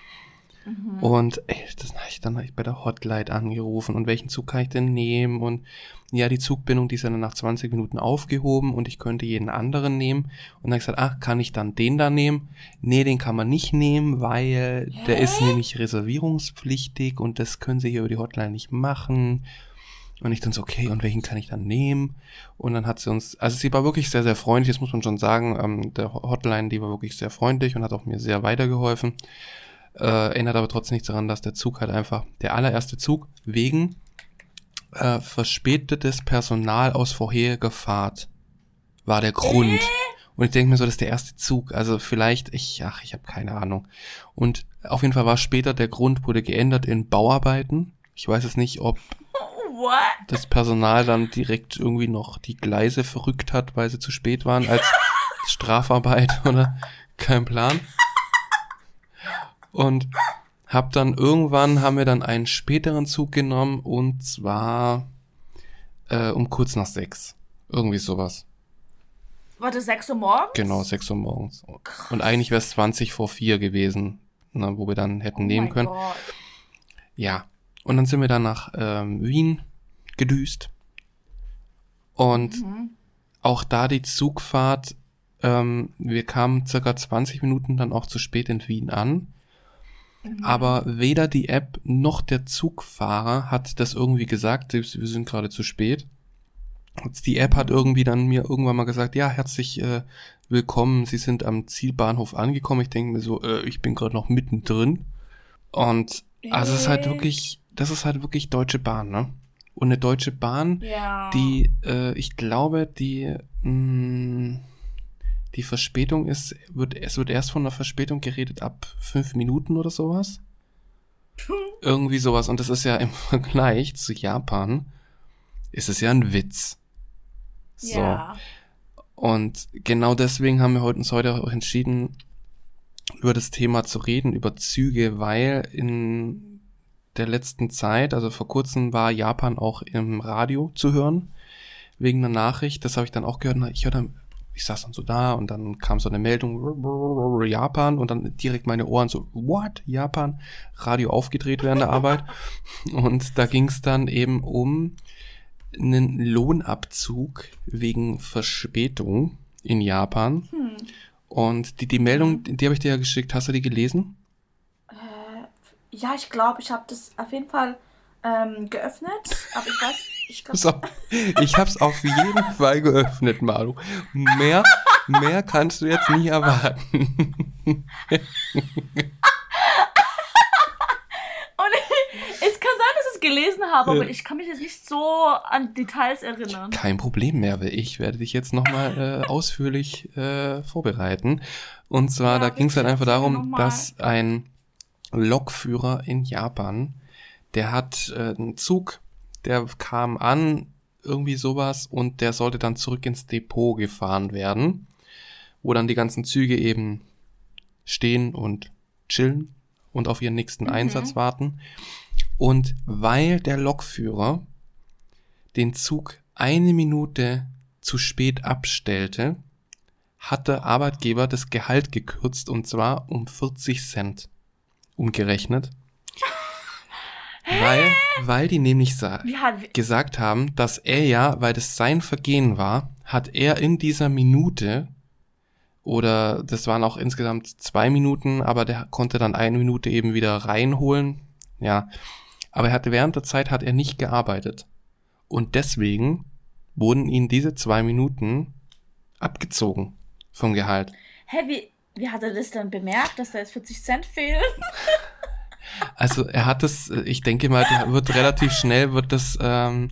Mhm. Und ey, das habe ich dann hab ich bei der Hotline angerufen und welchen Zug kann ich denn nehmen und ja, die Zugbindung, die ist dann nach zwanzig Minuten aufgehoben und ich könnte jeden anderen nehmen. Und dann habe ich gesagt, ach, kann ich dann den da nehmen? Nee, den kann man nicht nehmen, weil Hä? Der ist nämlich reservierungspflichtig und das können sie hier über die Hotline nicht machen. Und ich dann so, okay, und welchen kann ich dann nehmen? Und dann hat sie uns, also sie war wirklich sehr, sehr freundlich, das muss man schon sagen, ähm, der Hotline, die war wirklich sehr freundlich und hat auch mir sehr weitergeholfen. Äh, erinnert aber trotzdem nichts daran, dass der Zug halt einfach, der allererste Zug wegen Äh, verspätetes Personal aus vorheriger Fahrt war der Grund. Äh? Und ich denke mir so, das ist der erste Zug. Also vielleicht, ich, ach, ich habe keine Ahnung. Und auf jeden Fall war später der Grund, wurde geändert in Bauarbeiten. Ich weiß es nicht, ob What? das Personal dann direkt irgendwie noch die Gleise verrückt hat, weil sie zu spät waren als Strafarbeit oder kein Plan. Und hab dann irgendwann, haben wir dann einen späteren Zug genommen und zwar äh, um kurz nach sechs. Irgendwie sowas. War das sechs Uhr morgens? Genau, sechs Uhr morgens. Krass. Und eigentlich wäre es zwanzig vor vier gewesen, ne, wo wir dann hätten oh nehmen können. Gott. Ja, und dann sind wir dann nach ähm, Wien gedüst. Und mhm. auch da die Zugfahrt, ähm, wir kamen circa zwanzig Minuten dann auch zu spät in Wien an. Mhm. Aber weder die App noch der Zugfahrer hat das irgendwie gesagt, wir sind gerade zu spät. Die App hat irgendwie dann mir irgendwann mal gesagt, ja, herzlich äh, willkommen, Sie sind am Zielbahnhof angekommen. Ich denke mir so, äh, ich bin gerade noch mittendrin. Und also es ist halt wirklich, das ist halt wirklich Deutsche Bahn, ne? Und eine Deutsche Bahn, Ja. die, äh, ich glaube, die, mh, die Verspätung ist, wird, es wird erst von einer Verspätung geredet ab fünf Minuten oder sowas. Irgendwie sowas. Und das ist ja im Vergleich zu Japan, ist es ja ein Witz. So. Ja. Und genau deswegen haben wir heute, uns heute auch entschieden, über das Thema zu reden, über Züge, weil in der letzten Zeit, also vor kurzem, war Japan auch im Radio zu hören, wegen einer Nachricht. Das habe ich dann auch gehört. Ich hör dann, ich saß dann so da und dann kam so eine Meldung, Japan, und dann direkt meine Ohren so, what? Japan? Radio aufgedreht während der Arbeit. Und da ging es dann eben um einen Lohnabzug wegen Verspätung in Japan. Hm. Und die, die Meldung, die habe ich dir ja geschickt, hast du die gelesen? Äh, ja, ich glaube, ich habe das auf jeden Fall ähm, geöffnet, aber ich weiß, ich glaube... So, ich habe es auf jeden Fall geöffnet, Malu. Mehr, mehr kannst du jetzt nicht erwarten. Und es kann sein, dass ich es gelesen habe, aber ich kann mich jetzt nicht so an Details erinnern. Kein Problem, Merve. Ich werde dich jetzt nochmal äh, ausführlich äh, vorbereiten. Und zwar, Ja, da ging es halt bitte, einfach erzähl mir darum, noch mal. dass ein Lokführer in Japan, der hat äh, einen Zug, der kam an, irgendwie sowas, und der sollte dann zurück ins Depot gefahren werden, wo dann die ganzen Züge eben stehen und chillen und auf ihren nächsten Mhm. Einsatz warten. Und weil der Lokführer den Zug eine Minute zu spät abstellte, hat der Arbeitgeber das Gehalt gekürzt, und zwar um vierzig Cent umgerechnet. Weil, weil die nämlich sa- Wie hat, gesagt haben, dass er ja, weil das sein Vergehen war, hat er in dieser Minute, oder das waren auch insgesamt zwei Minuten, aber der konnte dann eine Minute eben wieder reinholen. Ja, aber er hatte während der Zeit hat er nicht gearbeitet. Und deswegen wurden ihm diese zwei Minuten abgezogen vom Gehalt. hä, wie, wie hat er das dann bemerkt, dass da jetzt vierzig Cent fehlen? Also er hat das, ich denke mal, der wird relativ schnell, wird das, ähm,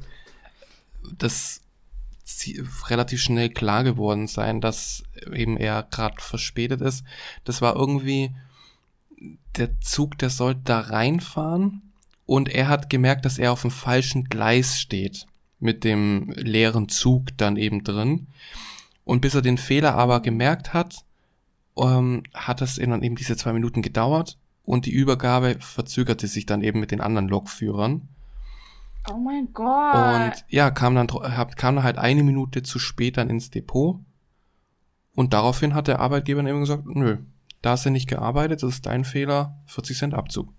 das zie- relativ schnell klar geworden sein, dass eben er gerade verspätet ist. Das war irgendwie, der Zug, der sollte da reinfahren, und er hat gemerkt, dass er auf dem falschen Gleis steht, mit dem leeren Zug dann eben drin. Und bis er den Fehler aber gemerkt hat, ähm, hat es eben dann eben diese zwei Minuten gedauert, und die Übergabe verzögerte sich dann eben mit den anderen Lokführern. Oh mein Gott. Und ja, kam dann, tro- hab- kam dann halt eine Minute zu spät dann ins Depot. Und daraufhin hat der Arbeitgeber dann eben gesagt, nö, da hast du nicht gearbeitet, das ist dein Fehler, vierzig Cent Abzug.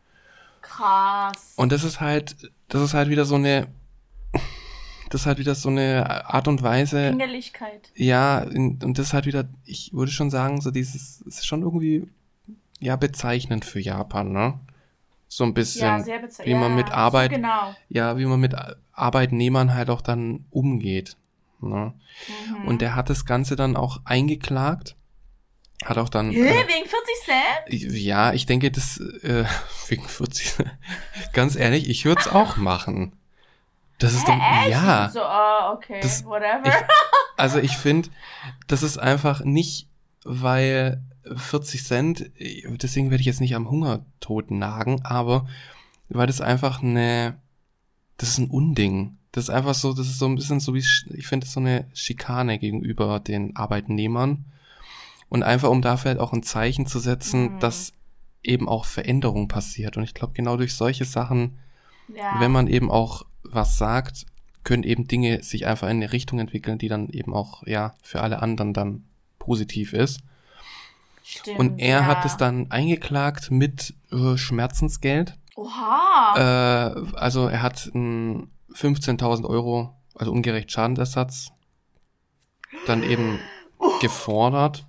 Krass. Und das ist halt, das ist halt wieder so eine, das ist halt wieder so eine Art und Weise, Fingerlichkeit. ja, in, und das ist halt wieder, ich würde schon sagen, so dieses, es ist schon irgendwie, ja, bezeichnend für Japan, ne? So ein bisschen, Ja, sehr bezeichnend. wie man ja, mit Arbeit, So genau. ja, wie man mit Arbeitnehmern halt auch dann umgeht, ne? Mhm. Und der hat das Ganze dann auch eingeklagt, hat auch dann, Hä, äh, wegen vierzig Cent? ja, ich denke, das, äh, wegen vierzig, ganz ehrlich, ich würde es auch machen. Das ist Hä, doch, echt? ja. So, oh, okay, Das- whatever. ich- Also ich finde, das ist einfach nicht, weil vierzig Cent, deswegen werde ich jetzt nicht am Hungertod nagen, aber weil das einfach eine, das ist ein Unding. Das ist einfach so, das ist so ein bisschen so wie, Sch- ich finde, das ist so eine Schikane gegenüber den Arbeitnehmern. Und einfach, um dafür halt auch ein Zeichen zu setzen, Mhm. dass eben auch Veränderung passiert. Und ich glaube, genau durch solche Sachen, ja. wenn man eben auch was sagt, können eben Dinge sich einfach in eine Richtung entwickeln, die dann eben auch, ja, für alle anderen dann positiv ist. Stimmt, Und er ja. hat es dann eingeklagt mit äh, Schmerzensgeld. Oha. Äh, also er hat mh, fünfzehntausend Euro, also ungerecht Schadensersatz, dann eben gefordert.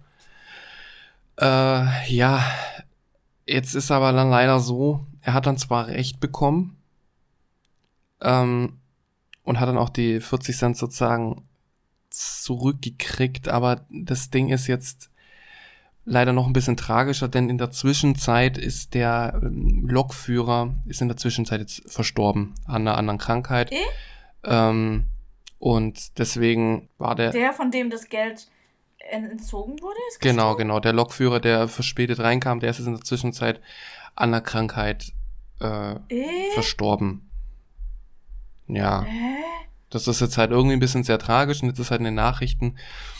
Äh, ja, jetzt ist aber dann leider so, er hat dann zwar Recht bekommen, ähm, und hat dann auch die vierzig Cent sozusagen zurückgekriegt. Aber das Ding ist jetzt leider noch ein bisschen tragischer, denn in der Zwischenzeit ist der ähm, Lokführer, ist in der Zwischenzeit jetzt verstorben an einer anderen Krankheit. Eh? Ähm, und deswegen war der... Der, von dem das Geld entzogen wurde, ist Genau, gestorben? genau. Der Lokführer, der verspätet reinkam, der ist jetzt in der Zwischenzeit an einer Krankheit äh, Eh? verstorben. Ja. Hä? Das ist jetzt halt irgendwie ein bisschen sehr tragisch und jetzt ist halt in den Nachrichten.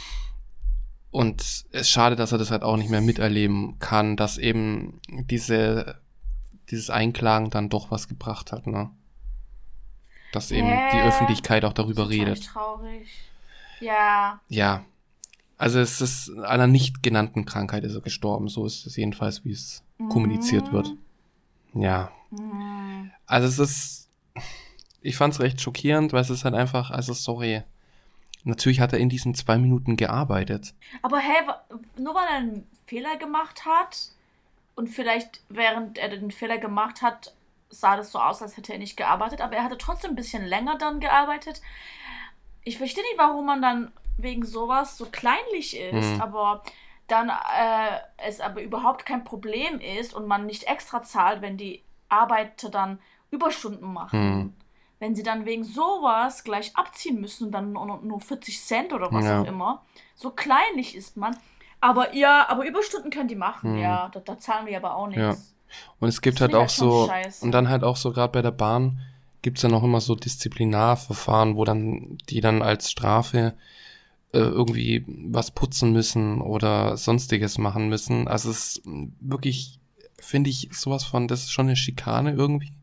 Und es ist schade, dass er das halt auch nicht mehr miterleben kann, dass eben diese, dieses Einklagen dann doch was gebracht hat, ne? Dass eben Hä? die Öffentlichkeit auch darüber Das ist redet. echt traurig. Ja. Ja. Also es ist an einer nicht genannten Krankheit ist er gestorben. So ist es jedenfalls, wie es Mhm. kommuniziert wird. Ja. Mhm. Also es ist, ich fand es recht schockierend, weil es ist halt einfach, also sorry. Natürlich hat er in diesen zwei Minuten gearbeitet. Aber hä, wa- nur weil er einen Fehler gemacht hat und vielleicht während er den Fehler gemacht hat, sah das so aus, als hätte er nicht gearbeitet, aber er hatte trotzdem ein bisschen länger dann gearbeitet. Ich verstehe nicht, warum man dann wegen sowas so kleinlich ist, Mhm. aber dann äh, es aber überhaupt kein Problem ist und man nicht extra zahlt, wenn die Arbeiter dann Überstunden machen. Mhm. Wenn sie dann wegen sowas gleich abziehen müssen und dann nur, nur vierzig Cent oder was Ja. auch immer, so kleinlich ist man. Aber ja, aber Überstunden können die machen, Mhm. ja. Da, da zahlen wir aber auch Ja. nichts. Und es gibt Das halt finde ich auch halt schon so, scheiße. und dann halt auch so gerade bei der Bahn gibt's dann auch immer so Disziplinarverfahren, wo dann die dann als Strafe äh, irgendwie was putzen müssen oder sonstiges machen müssen. Also es ist wirklich, finde ich, sowas von, das ist schon eine Schikane irgendwie.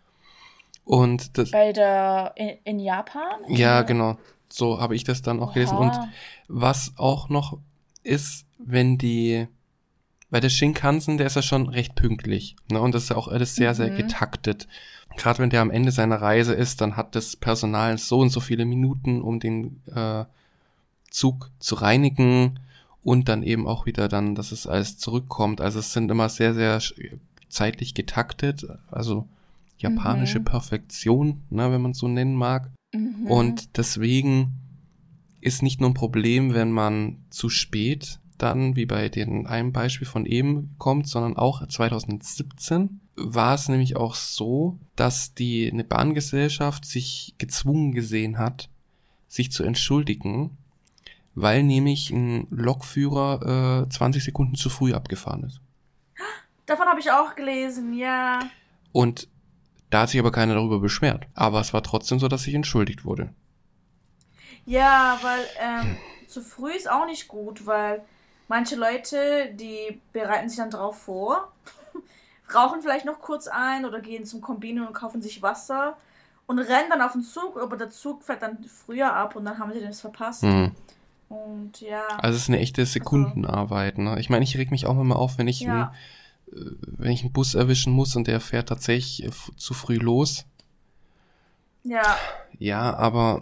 Und das, Bei der, in, in Japan? ja, Oder? genau, so habe ich das dann auch gelesen. Und Oha. was auch noch ist, wenn die, weil der Shinkansen, der ist ja schon recht pünktlich, ne? Und das ist ja auch alles sehr, sehr Mhm. getaktet. Gerade wenn der am Ende seiner Reise ist, dann hat das Personal so und so viele Minuten, um den äh, Zug zu reinigen und dann eben auch wieder dann, dass es alles zurückkommt. Also es sind immer sehr, sehr sch- zeitlich getaktet, also japanische Mhm. Perfektion, ne, wenn man es so nennen mag. Mhm. Und deswegen ist nicht nur ein Problem, wenn man zu spät dann, wie bei den einem Beispiel von eben kommt, sondern auch zwanzig siebzehn war es nämlich auch so, dass die eine Bahngesellschaft sich gezwungen gesehen hat, sich zu entschuldigen, weil nämlich ein Lokführer äh, zwanzig Sekunden zu früh abgefahren ist. Davon habe ich auch gelesen, ja. Und da hat sich aber keiner darüber beschwert. Aber es war trotzdem so, dass sich entschuldigt wurde. Ja, weil ähm, zu früh ist auch nicht gut, weil manche Leute, die bereiten sich dann drauf vor, rauchen vielleicht noch kurz ein oder gehen zum Kombini und kaufen sich Wasser und rennen dann auf den Zug, aber der Zug fährt dann früher ab und dann haben sie das verpasst. Hm. Und ja, Also es ist eine echte Sekundenarbeit. Ne? Ich meine, ich reg mich auch immer auf, wenn ich, ja, einen, äh, wenn ich einen Bus erwischen muss und der fährt tatsächlich äh, f- zu früh los. ja, Ja, aber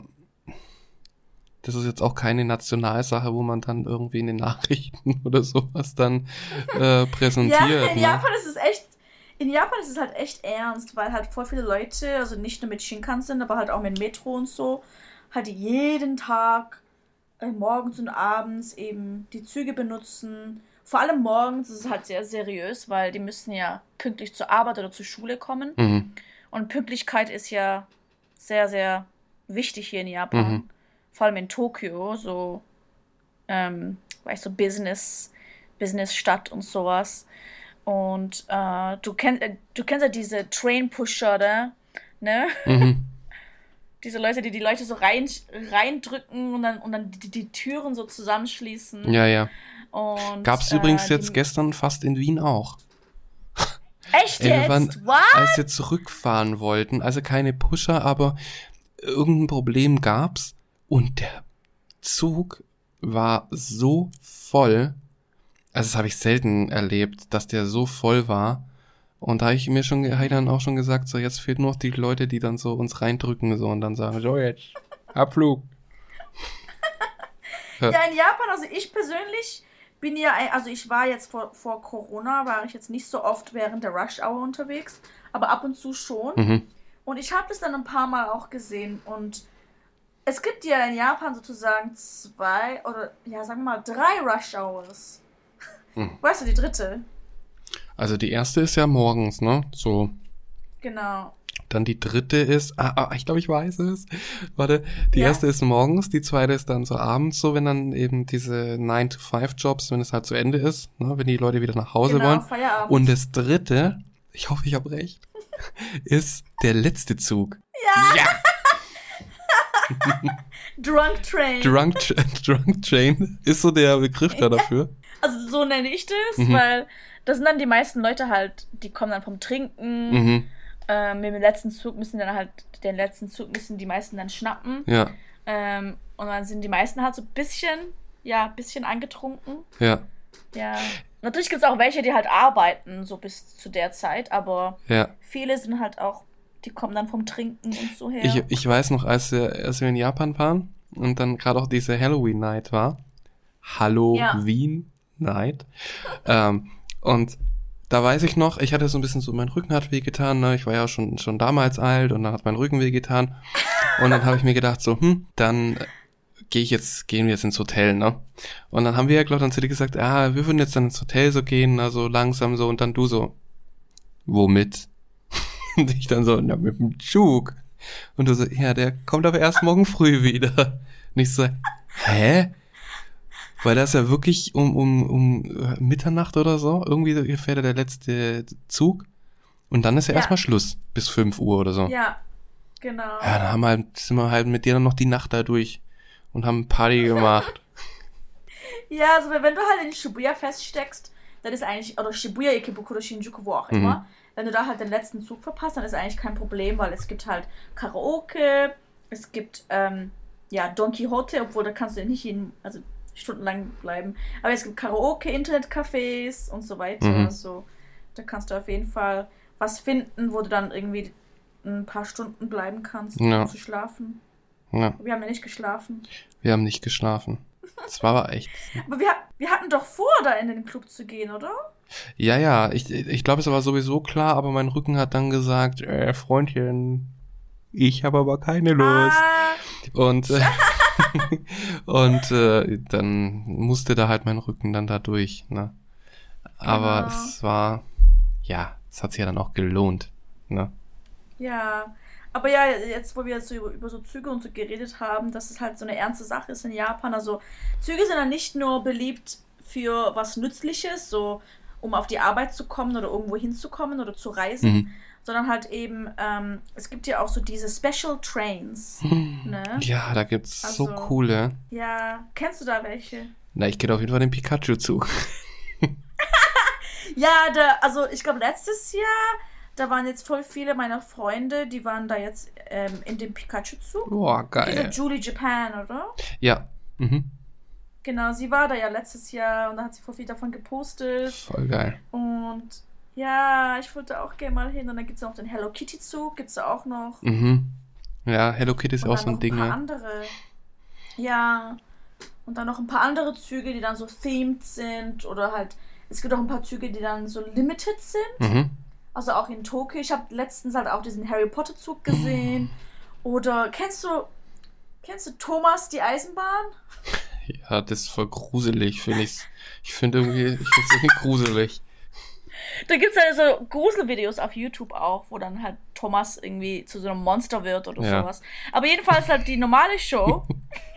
das ist jetzt auch keine Nationalsache, wo man dann irgendwie in den Nachrichten oder sowas dann äh, präsentiert. ja, in ne? Japan ist es echt, in Japan ist es halt echt ernst, weil halt voll viele Leute, also nicht nur mit Shinkansen, aber halt auch mit Metro und so, halt jeden Tag äh, morgens und abends eben die Züge benutzen. Vor allem morgens ist es halt sehr seriös, weil die müssen ja pünktlich zur Arbeit oder zur Schule kommen. Mhm. Und Pünktlichkeit ist ja sehr, sehr wichtig hier in Japan. Mhm. Vor allem in Tokio, so, ähm, weißt du, so Business, Businessstadt und sowas. Und äh, du, kenn, äh, du kennst ja diese Train-Pusher, da, ne? Mhm. Diese Leute, die die Leute so rein, reindrücken und dann, und dann die, die Türen so zusammenschließen. Ja, ja. Und, Gab's äh, übrigens die- jetzt gestern fast in Wien auch. Echt Ey, wir jetzt? waren, What? als wir zurückfahren wollten, also keine Pusher, aber irgendein Problem gab's und der Zug war so voll, also das habe ich selten erlebt, dass der so voll war. Und da habe ich mir schon, habe ich dann auch schon gesagt, so jetzt fehlt nur noch die Leute, die dann so uns reindrücken so und dann sagen, so jetzt, Abflug. Ja, in Japan, also ich persönlich bin ja, ein- also ich war jetzt vor, vor Corona, war ich jetzt nicht so oft während der Rush Hour unterwegs, aber ab und zu schon. Mhm. Und ich habe das dann ein paar Mal auch gesehen und Es gibt ja in Japan sozusagen zwei oder, ja, sagen wir mal, drei Rush Hours. Hm. Weißt du, die dritte? Also die erste ist ja morgens, ne? So. Genau. Dann die dritte ist, ah, ah ich glaube, ich weiß es. Warte, die ja. erste ist morgens, die zweite ist dann so abends, so wenn dann eben diese nine to five Jobs, wenn es halt zu Ende ist, ne? Wenn die Leute wieder nach Hause genau, wollen. Feierabend. Und das dritte, ich hoffe, ich habe recht, ist der letzte Zug. Ja! Ja! Drunk Train. Drunk, Drunk Train ist so der Begriff da dafür. Also so nenne ich das, mhm. weil das sind dann die meisten Leute halt, die kommen dann vom Trinken. Mhm. Ähm, mit dem letzten Zug müssen dann halt, den letzten Zug müssen die meisten dann schnappen. Ja. Ähm, und dann sind die meisten halt so ein bisschen, ja, ein bisschen angetrunken. Ja. Ja. Natürlich gibt es auch welche, die halt arbeiten, so bis zu der Zeit, aber ja. viele sind halt auch, die kommen dann vom Trinken und so her. Ich, ich weiß noch, als wir, als wir in Japan waren und dann gerade auch diese Halloween-Night war. Halloween-Night. Ja. ähm, und da weiß ich noch, ich hatte so ein bisschen so, mein Rücken hat wehgetan, ne? Ich war ja schon schon damals alt und dann hat mein Rücken wehgetan. Und dann habe ich mir gedacht so, hm, dann gehe ich jetzt, gehen wir jetzt ins Hotel, ne? Und dann haben wir ja, glaube ich, dann zu dir gesagt, ah, wir würden jetzt dann ins Hotel so gehen, also langsam so, und dann du so, womit? Und ich dann so, na, mit dem Zug. Und du so, ja, der kommt aber erst morgen früh wieder. Und ich so, hä? Weil das ja wirklich um, um, um Mitternacht oder so, irgendwie fährt ja der letzte Zug. Und dann ist ja, ja. erstmal Schluss, bis fünf Uhr oder so. Ja, genau. Ja, dann haben wir halt, sind wir halt mit dir dann noch die Nacht da durch und haben Party gemacht. Ja, also wenn du halt in Shibuya feststeckst, dann ist eigentlich, oder Shibuya, Ikebukuro, Shinjuku, wo auch immer, mhm. wenn du da halt den letzten Zug verpasst, dann ist eigentlich kein Problem, weil es gibt halt Karaoke, es gibt, ähm, ja, Don Quixote, obwohl da kannst du ja nicht jeden, also stundenlang bleiben. Aber es gibt Karaoke, Internetcafés und so weiter. Mhm. Also da kannst du auf jeden Fall was finden, wo du dann irgendwie ein paar Stunden bleiben kannst, ja. um zu schlafen. Ja. Wir haben ja nicht geschlafen. Wir haben nicht geschlafen. Das war aber echt. Aber wir, wir hatten doch vor, da in den Club zu gehen, oder? Ja, ja. Ich, ich glaube, es war sowieso klar, aber mein Rücken hat dann gesagt, äh, Freundchen, ich habe aber keine Lust. Ah. Und äh, und äh, dann musste da halt mein Rücken dann da durch, ne? Aber genau. Es war, ja, es hat sich ja dann auch gelohnt, ne? Ja, aber ja, jetzt, wo wir jetzt so über, über so Züge und so geredet haben, dass es halt so eine ernste Sache ist in Japan, also Züge sind dann nicht nur beliebt für was Nützliches, so um auf die Arbeit zu kommen oder irgendwo hinzukommen oder zu reisen, mhm. sondern halt eben, ähm, es gibt ja auch so diese Special Trains. Hm. Ne? Ja, da gibt's also, so coole. Ja, kennst du da welche? Na, ich kenne auf jeden Fall den Pikachu-Zug. Ja, da, also ich glaube letztes Jahr, da waren jetzt voll viele meiner Freunde, die waren da jetzt ähm, in dem Pikachu-Zug. Boah, geil. Diese Julie Japan, oder? Ja, mhm. Genau, sie war da ja letztes Jahr und da hat sie voll viel davon gepostet. Voll geil. Und ja, ich wollte auch gerne mal hin. Und dann gibt es noch den Hello Kitty Zug, gibt es da auch noch. Mhm. Ja, Hello Kitty ist und auch so ein Ding. Und dann noch ja. ein paar andere. Ja, und dann noch ein paar andere Züge, die dann so themed sind. Oder halt, es gibt auch ein paar Züge, die dann so limited sind. Mhm. Also auch in Tokio. Ich habe letztens halt auch diesen Harry Potter Zug gesehen. Oder kennst du, kennst du Thomas die Eisenbahn? Ja, das ist voll gruselig, finde ich. Ich finde irgendwie, ich finde es irgendwie gruselig. Da gibt es halt so Gruselvideos auf YouTube auch, wo dann halt Thomas irgendwie zu so einem Monster wird oder ja. sowas. Aber jedenfalls halt die normale Show.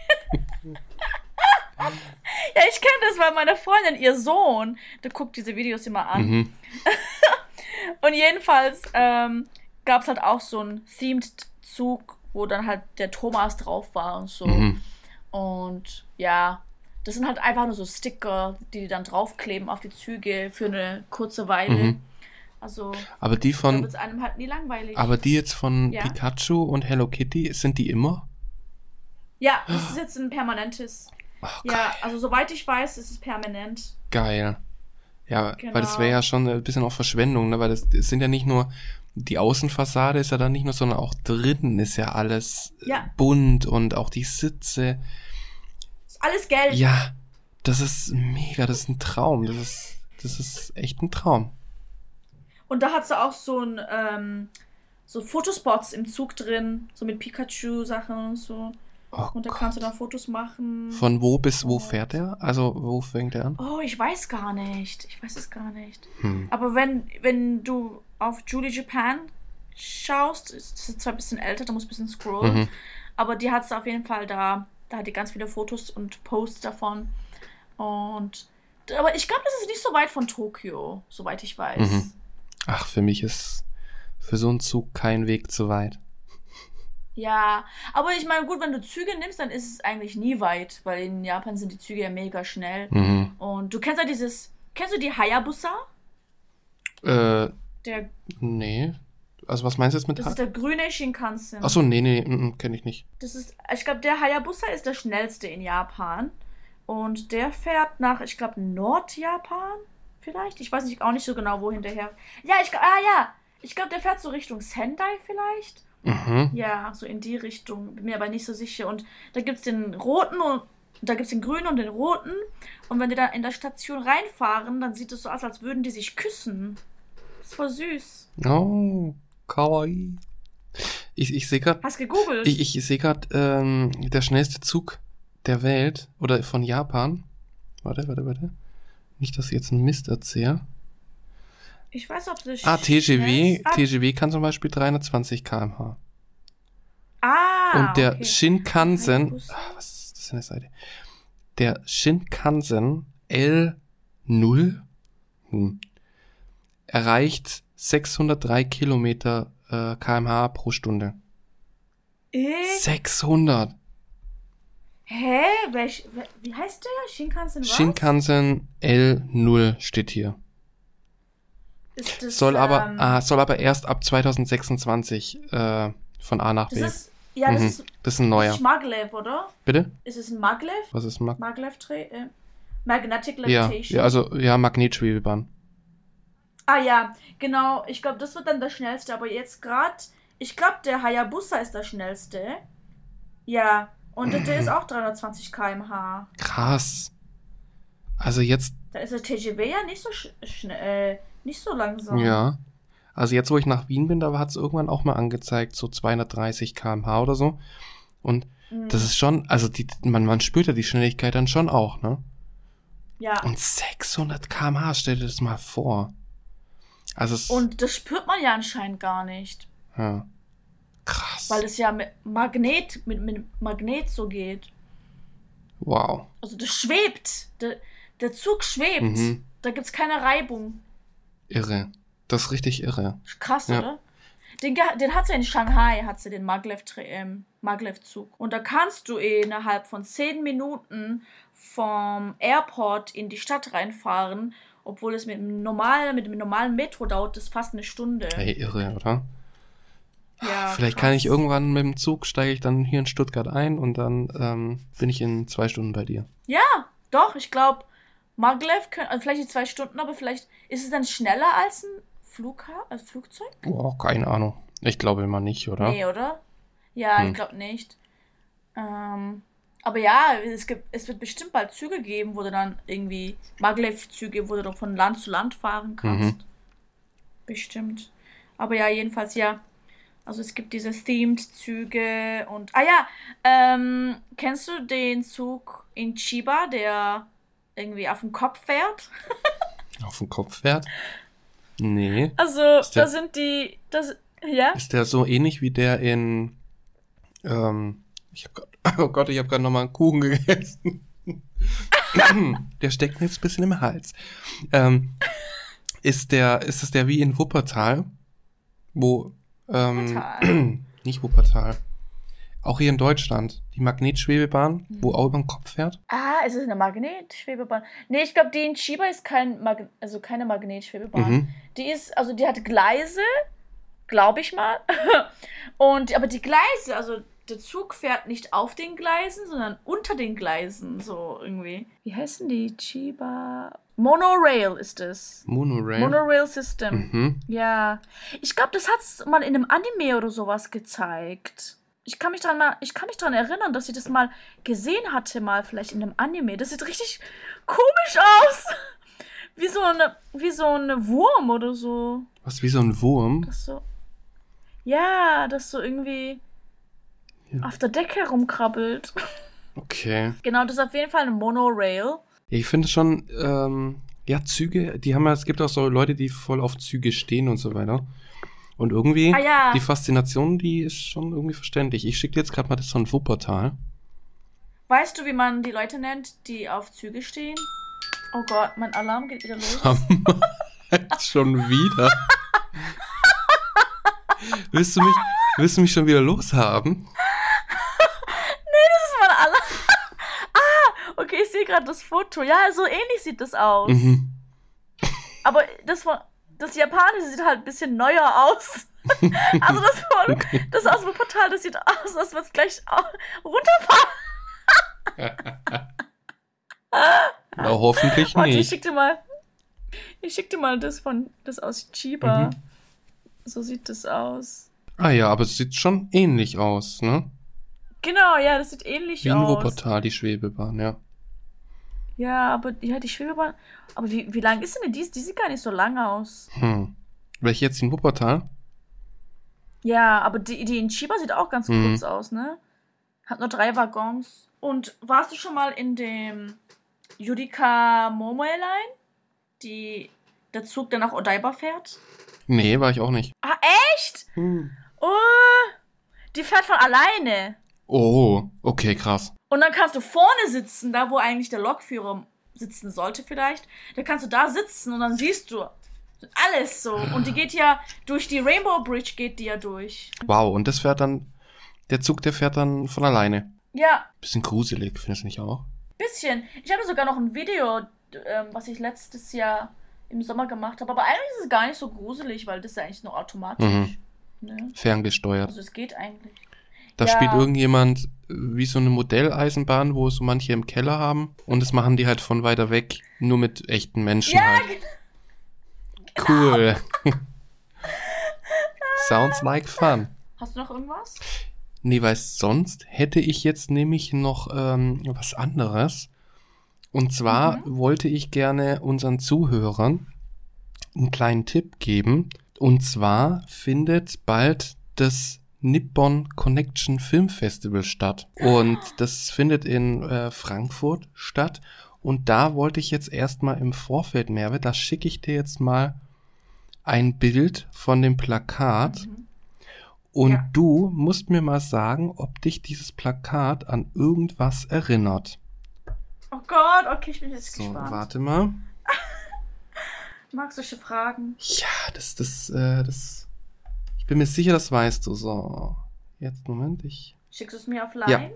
Ja, ich kenne das, weil meine Freundin, ihr Sohn, der guckt diese Videos immer an. Mhm. Und jedenfalls ähm, gab es halt auch so einen themed Zug, wo dann halt der Thomas drauf war und so. Mhm. Und ja, das sind halt einfach nur so Sticker, die die dann draufkleben auf die Züge für eine kurze Weile. Mhm. Also, aber die von, da wird es einem halt nie langweilig. Aber die jetzt von ja. Pikachu und Hello Kitty, sind die immer? Ja, das ist jetzt ein permanentes. Ach, ja, also soweit ich weiß, ist es permanent. Geil. Ja, genau. Weil das wäre ja schon ein bisschen auch Verschwendung, ne? Weil das, das sind ja nicht nur, die Außenfassade ist ja dann nicht nur, sondern auch drinnen ist ja alles ja. bunt und auch die Sitze. Ist alles Geld. Ja, das ist mega, das ist ein Traum. Das ist, das ist echt ein Traum. Und da hat sie auch so ein, ähm, so Fotospots im Zug drin, so mit Pikachu-Sachen und so. Oh, Oh Und da Gott. kannst du dann Fotos machen. Von wo bis wo Und- fährt er? Also, wo fängt er an? Oh, ich weiß gar nicht. Ich weiß es gar nicht. Hm. Aber wenn, wenn du auf Julie Japan schaust, ist es zwar ein bisschen älter, da musst du ein bisschen scrollen, Mhm. aber die hat es auf jeden Fall da, da hat die ganz viele Fotos und Posts davon. Und, aber ich glaube, das ist nicht so weit von Tokio, soweit ich weiß. Mhm. Ach, für mich ist für so einen Zug kein Weg zu weit. Ja, aber ich meine, gut, wenn du Züge nimmst, dann ist es eigentlich nie weit, weil in Japan sind die Züge ja mega schnell. Mhm. Und du kennst ja dieses, kennst du die Hayabusa? Äh, Der, nee. Also, was meinst du jetzt mit das H? ist der grüne Shinkansen. Achso, nee, nee, mm, kenne ich nicht. Das ist, ich glaube, der Hayabusa ist der schnellste in Japan. Und der fährt nach, ich glaube, Nordjapan vielleicht. Ich weiß nicht, auch nicht so genau, wohin der her. Ja, ich, ah ja, ich glaube, der fährt so Richtung Sendai vielleicht. Mhm. Ja, so in die Richtung. Bin mir aber nicht so sicher. Und da gibt es den roten und da gibt es den grünen und den roten. Und wenn die dann in der Station reinfahren, dann sieht es so aus, als würden die sich küssen. Das ist voll süß. Oh, kawaii. Ich, ich sehe gerade, Hast gegoogelt? ich, ich sehe gerade, ähm, der schnellste Zug der Welt oder von Japan. Warte, warte, warte. Nicht, dass ich jetzt einen Mist erzähle. Ich weiß, ob das Ah, T G W. schnell- Ah, T G W kann zum Beispiel dreihundertzwanzig Kilometer pro Stunde. ah, Und der okay. Shinkansen, Hayabusa. ah, was ist das für eine Seite? Der Shinkansen L null hm, erreicht sechshundertdrei Kilometer äh, Kilometer pro Stunde. Äh? sechshundert. Hä? Welch, wer- wie heißt der? Shinkansen was? Shinkansen L null steht hier. Ist das, Soll aber, ähm, ah, soll aber erst ab zweitausendsechsundzwanzig äh, von A nach das B. ist, ja, das Mhm. ist, Das ist ein das neuer. ist Maglev, oder? Bitte? Ist es ein Maglev? Was ist Mag? Maglev, äh, Magnetic Ja, Levitation? ja, also ja, Magnetschwebebahn. Ah ja, genau. Ich glaube, das wird dann der schnellste. Aber jetzt gerade, ich glaube, der Hayabusa ist der schnellste. Ja, und der, der ist auch dreihundertzwanzig Kilometer pro Stunde. Krass. Also jetzt, Da ist der T G W ja nicht so sch schnell, äh, nicht so langsam. ja. Also jetzt, wo ich nach Wien bin, da hat es irgendwann auch mal angezeigt, so zweihundertdreißig Kilometer pro Stunde oder so. Und Mhm. das ist schon, also die, man, man spürt ja die Schnelligkeit dann schon auch, ne? Ja. Und sechshundert Kilometer pro Stunde, stell dir das mal vor. Also es, Und das spürt man ja anscheinend gar nicht. ja. Krass. Weil es ja mit Magnet, mit, mit Magnet so geht. Wow. Also das schwebt. Der, der Zug schwebt. Mhm. Da gibt es keine Reibung. Irre. Das ist richtig irre. Krass, Ja. oder? Den, ge- den hat sie in Shanghai, hat sie den Maglev, ähm, Maglev-Zug. Und da kannst du eh innerhalb von zehn Minuten vom Airport in die Stadt reinfahren, obwohl es mit dem normalen, mit dem normalen Metro dauert, das fast eine Stunde. Ey, irre, oder? Ja, Vielleicht krass. kann ich irgendwann mit dem Zug, steige ich dann hier in Stuttgart ein und dann ähm, bin ich in zwei Stunden bei dir. Ja, doch, ich glaube, Maglev, können, also vielleicht die zwei Stunden, aber vielleicht ist es dann schneller als ein Flugha als Flugzeug? Boah, keine Ahnung. Ich glaube immer nicht, oder? Nee, oder? Ja, Hm. ich glaube nicht. Ähm, aber ja, es gibt, es wird bestimmt bald Züge geben, wo du dann irgendwie Maglev-Züge, wo du doch von Land zu Land fahren kannst. Mhm. Bestimmt. Aber ja, jedenfalls ja. Also es gibt diese Themed-Züge und. Ah ja, ähm, kennst du den Zug in Chiba, der irgendwie auf dem Kopf fährt? Auf den Kopf fährt? Nee. Also, Ist der- da sind die. Das, ja? Ist der so ähnlich wie der in, ähm, ich hab grad, oh Gott, ich habe gerade nochmal einen Kuchen gegessen. Der steckt mir jetzt ein bisschen im Hals. Ähm, ist der, ist es der wie in Wuppertal, wo, ähm, Wuppertal. nicht Wuppertal, auch hier in Deutschland, die Magnetschwebebahn, wo Mhm. auch über den Kopf fährt? Ah, ist es eine Magnetschwebebahn? Nee, ich glaube, die in Chiba ist kein Mag also keine Magnetschwebebahn. Mhm. Die ist, also die hat Gleise, glaube ich mal. Und, aber die Gleise, also der Zug fährt nicht auf den Gleisen, sondern unter den Gleisen, so irgendwie. Wie heißen die? Chiba. Monorail ist es. Monorail. Monorail System. Mhm. Ja. Ich glaube, das hat es mal in einem Anime oder sowas gezeigt. Ich kann mich dran mal, ich kann mich dran erinnern, dass ich das mal gesehen hatte, mal vielleicht in einem Anime. Das sieht richtig komisch aus. Wie so eine, wie so ein Wurm oder so. Was, wie so ein Wurm? Das so. Ja, das so irgendwie. Ja. auf der Decke herumkrabbelt. Okay. Genau, das ist auf jeden Fall eine Monorail. Ja, ich finde schon, ähm, ja, Züge, die haben ja, es gibt auch so Leute, die voll auf Züge stehen und so weiter. Und irgendwie, Ah ja. die Faszination, die ist schon irgendwie verständlich. Ich schicke dir jetzt gerade mal das so ein Wuppertal. Weißt du, wie man die Leute nennt, die auf Züge stehen? Oh Gott, mein Alarm geht wieder los. Schon wieder? willst, du mich, willst du mich schon wieder loshaben? Nee, das ist mein Alarm. Ah, okay, ich sehe gerade das Foto. Ja, so ähnlich sieht das aus. Mhm. Aber das von das Japanische sieht halt ein bisschen neuer aus. Also das von Okay. das aus dem Portal, das sieht aus, als würde es gleich au- runterfallen. Na, hoffentlich Warte, ich nicht. schick dir mal. Ich schick dir mal das von das aus Chiba. Mhm. So sieht das aus. Ah ja, aber es sieht schon ähnlich aus, ne? Genau, ja, das sieht ähnlich Wie in aus. Wuppertal, die Schwebebahn, ja. Ja, aber ja, die Schwebebahn. Aber wie, wie lang ist denn die? Die sieht gar nicht so lang aus. Hm. Welche jetzt in Wuppertal? Ja, aber die, die in Chiba sieht auch ganz Mhm. kurz aus, ne? Hat nur drei Waggons. Und warst du schon mal in dem Judica Momoe Line? Die, der Zug, der nach Odaiba fährt? Nee, war ich auch nicht. Ah, echt? Hm. Oh, die fährt von alleine. Oh, okay, krass. Und dann kannst du vorne sitzen, da wo eigentlich der Lokführer sitzen sollte vielleicht. Da kannst du da sitzen und dann siehst du alles so. Und die geht ja durch die Rainbow Bridge, geht die ja durch. Wow, und das fährt dann, der Zug, der fährt dann von alleine. Ja, Bisschen gruselig, findest du nicht auch? bisschen. Ich habe sogar noch ein Video, ähm, was ich letztes Jahr im Sommer gemacht habe. Aber eigentlich ist es gar nicht so gruselig, weil das ist ja eigentlich nur automatisch. Mhm. Ne? Ferngesteuert. Also es geht eigentlich. Da Ja. spielt irgendjemand äh, wie so eine Modelleisenbahn, wo so manche im Keller haben. Und das machen die halt von weiter weg, nur mit echten Menschen Ja, halt. ge- Cool. Sounds like fun. Hast du noch irgendwas? Nee, weil sonst hätte ich jetzt nämlich noch ähm, was anderes. Und zwar wollte ich gerne unseren Zuhörern einen kleinen Tipp geben. Und zwar findet bald das Nippon Connection Film Festival statt. Und das findet in äh, Frankfurt statt. Und da wollte ich jetzt erstmal im Vorfeld, Merve, da schicke ich dir jetzt mal ein Bild von dem Plakat. Mhm. Und Ja. du musst mir mal sagen, ob dich dieses Plakat an irgendwas erinnert. Oh Gott, okay, ich bin jetzt So, gespannt. warte mal. Magst du schon fragen? Ja, das, das, äh, das. Ich bin mir sicher, das weißt du. So, jetzt, Moment, ich. Schickst du es mir auf Line? Ja.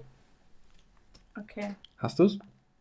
Okay. Hast du's?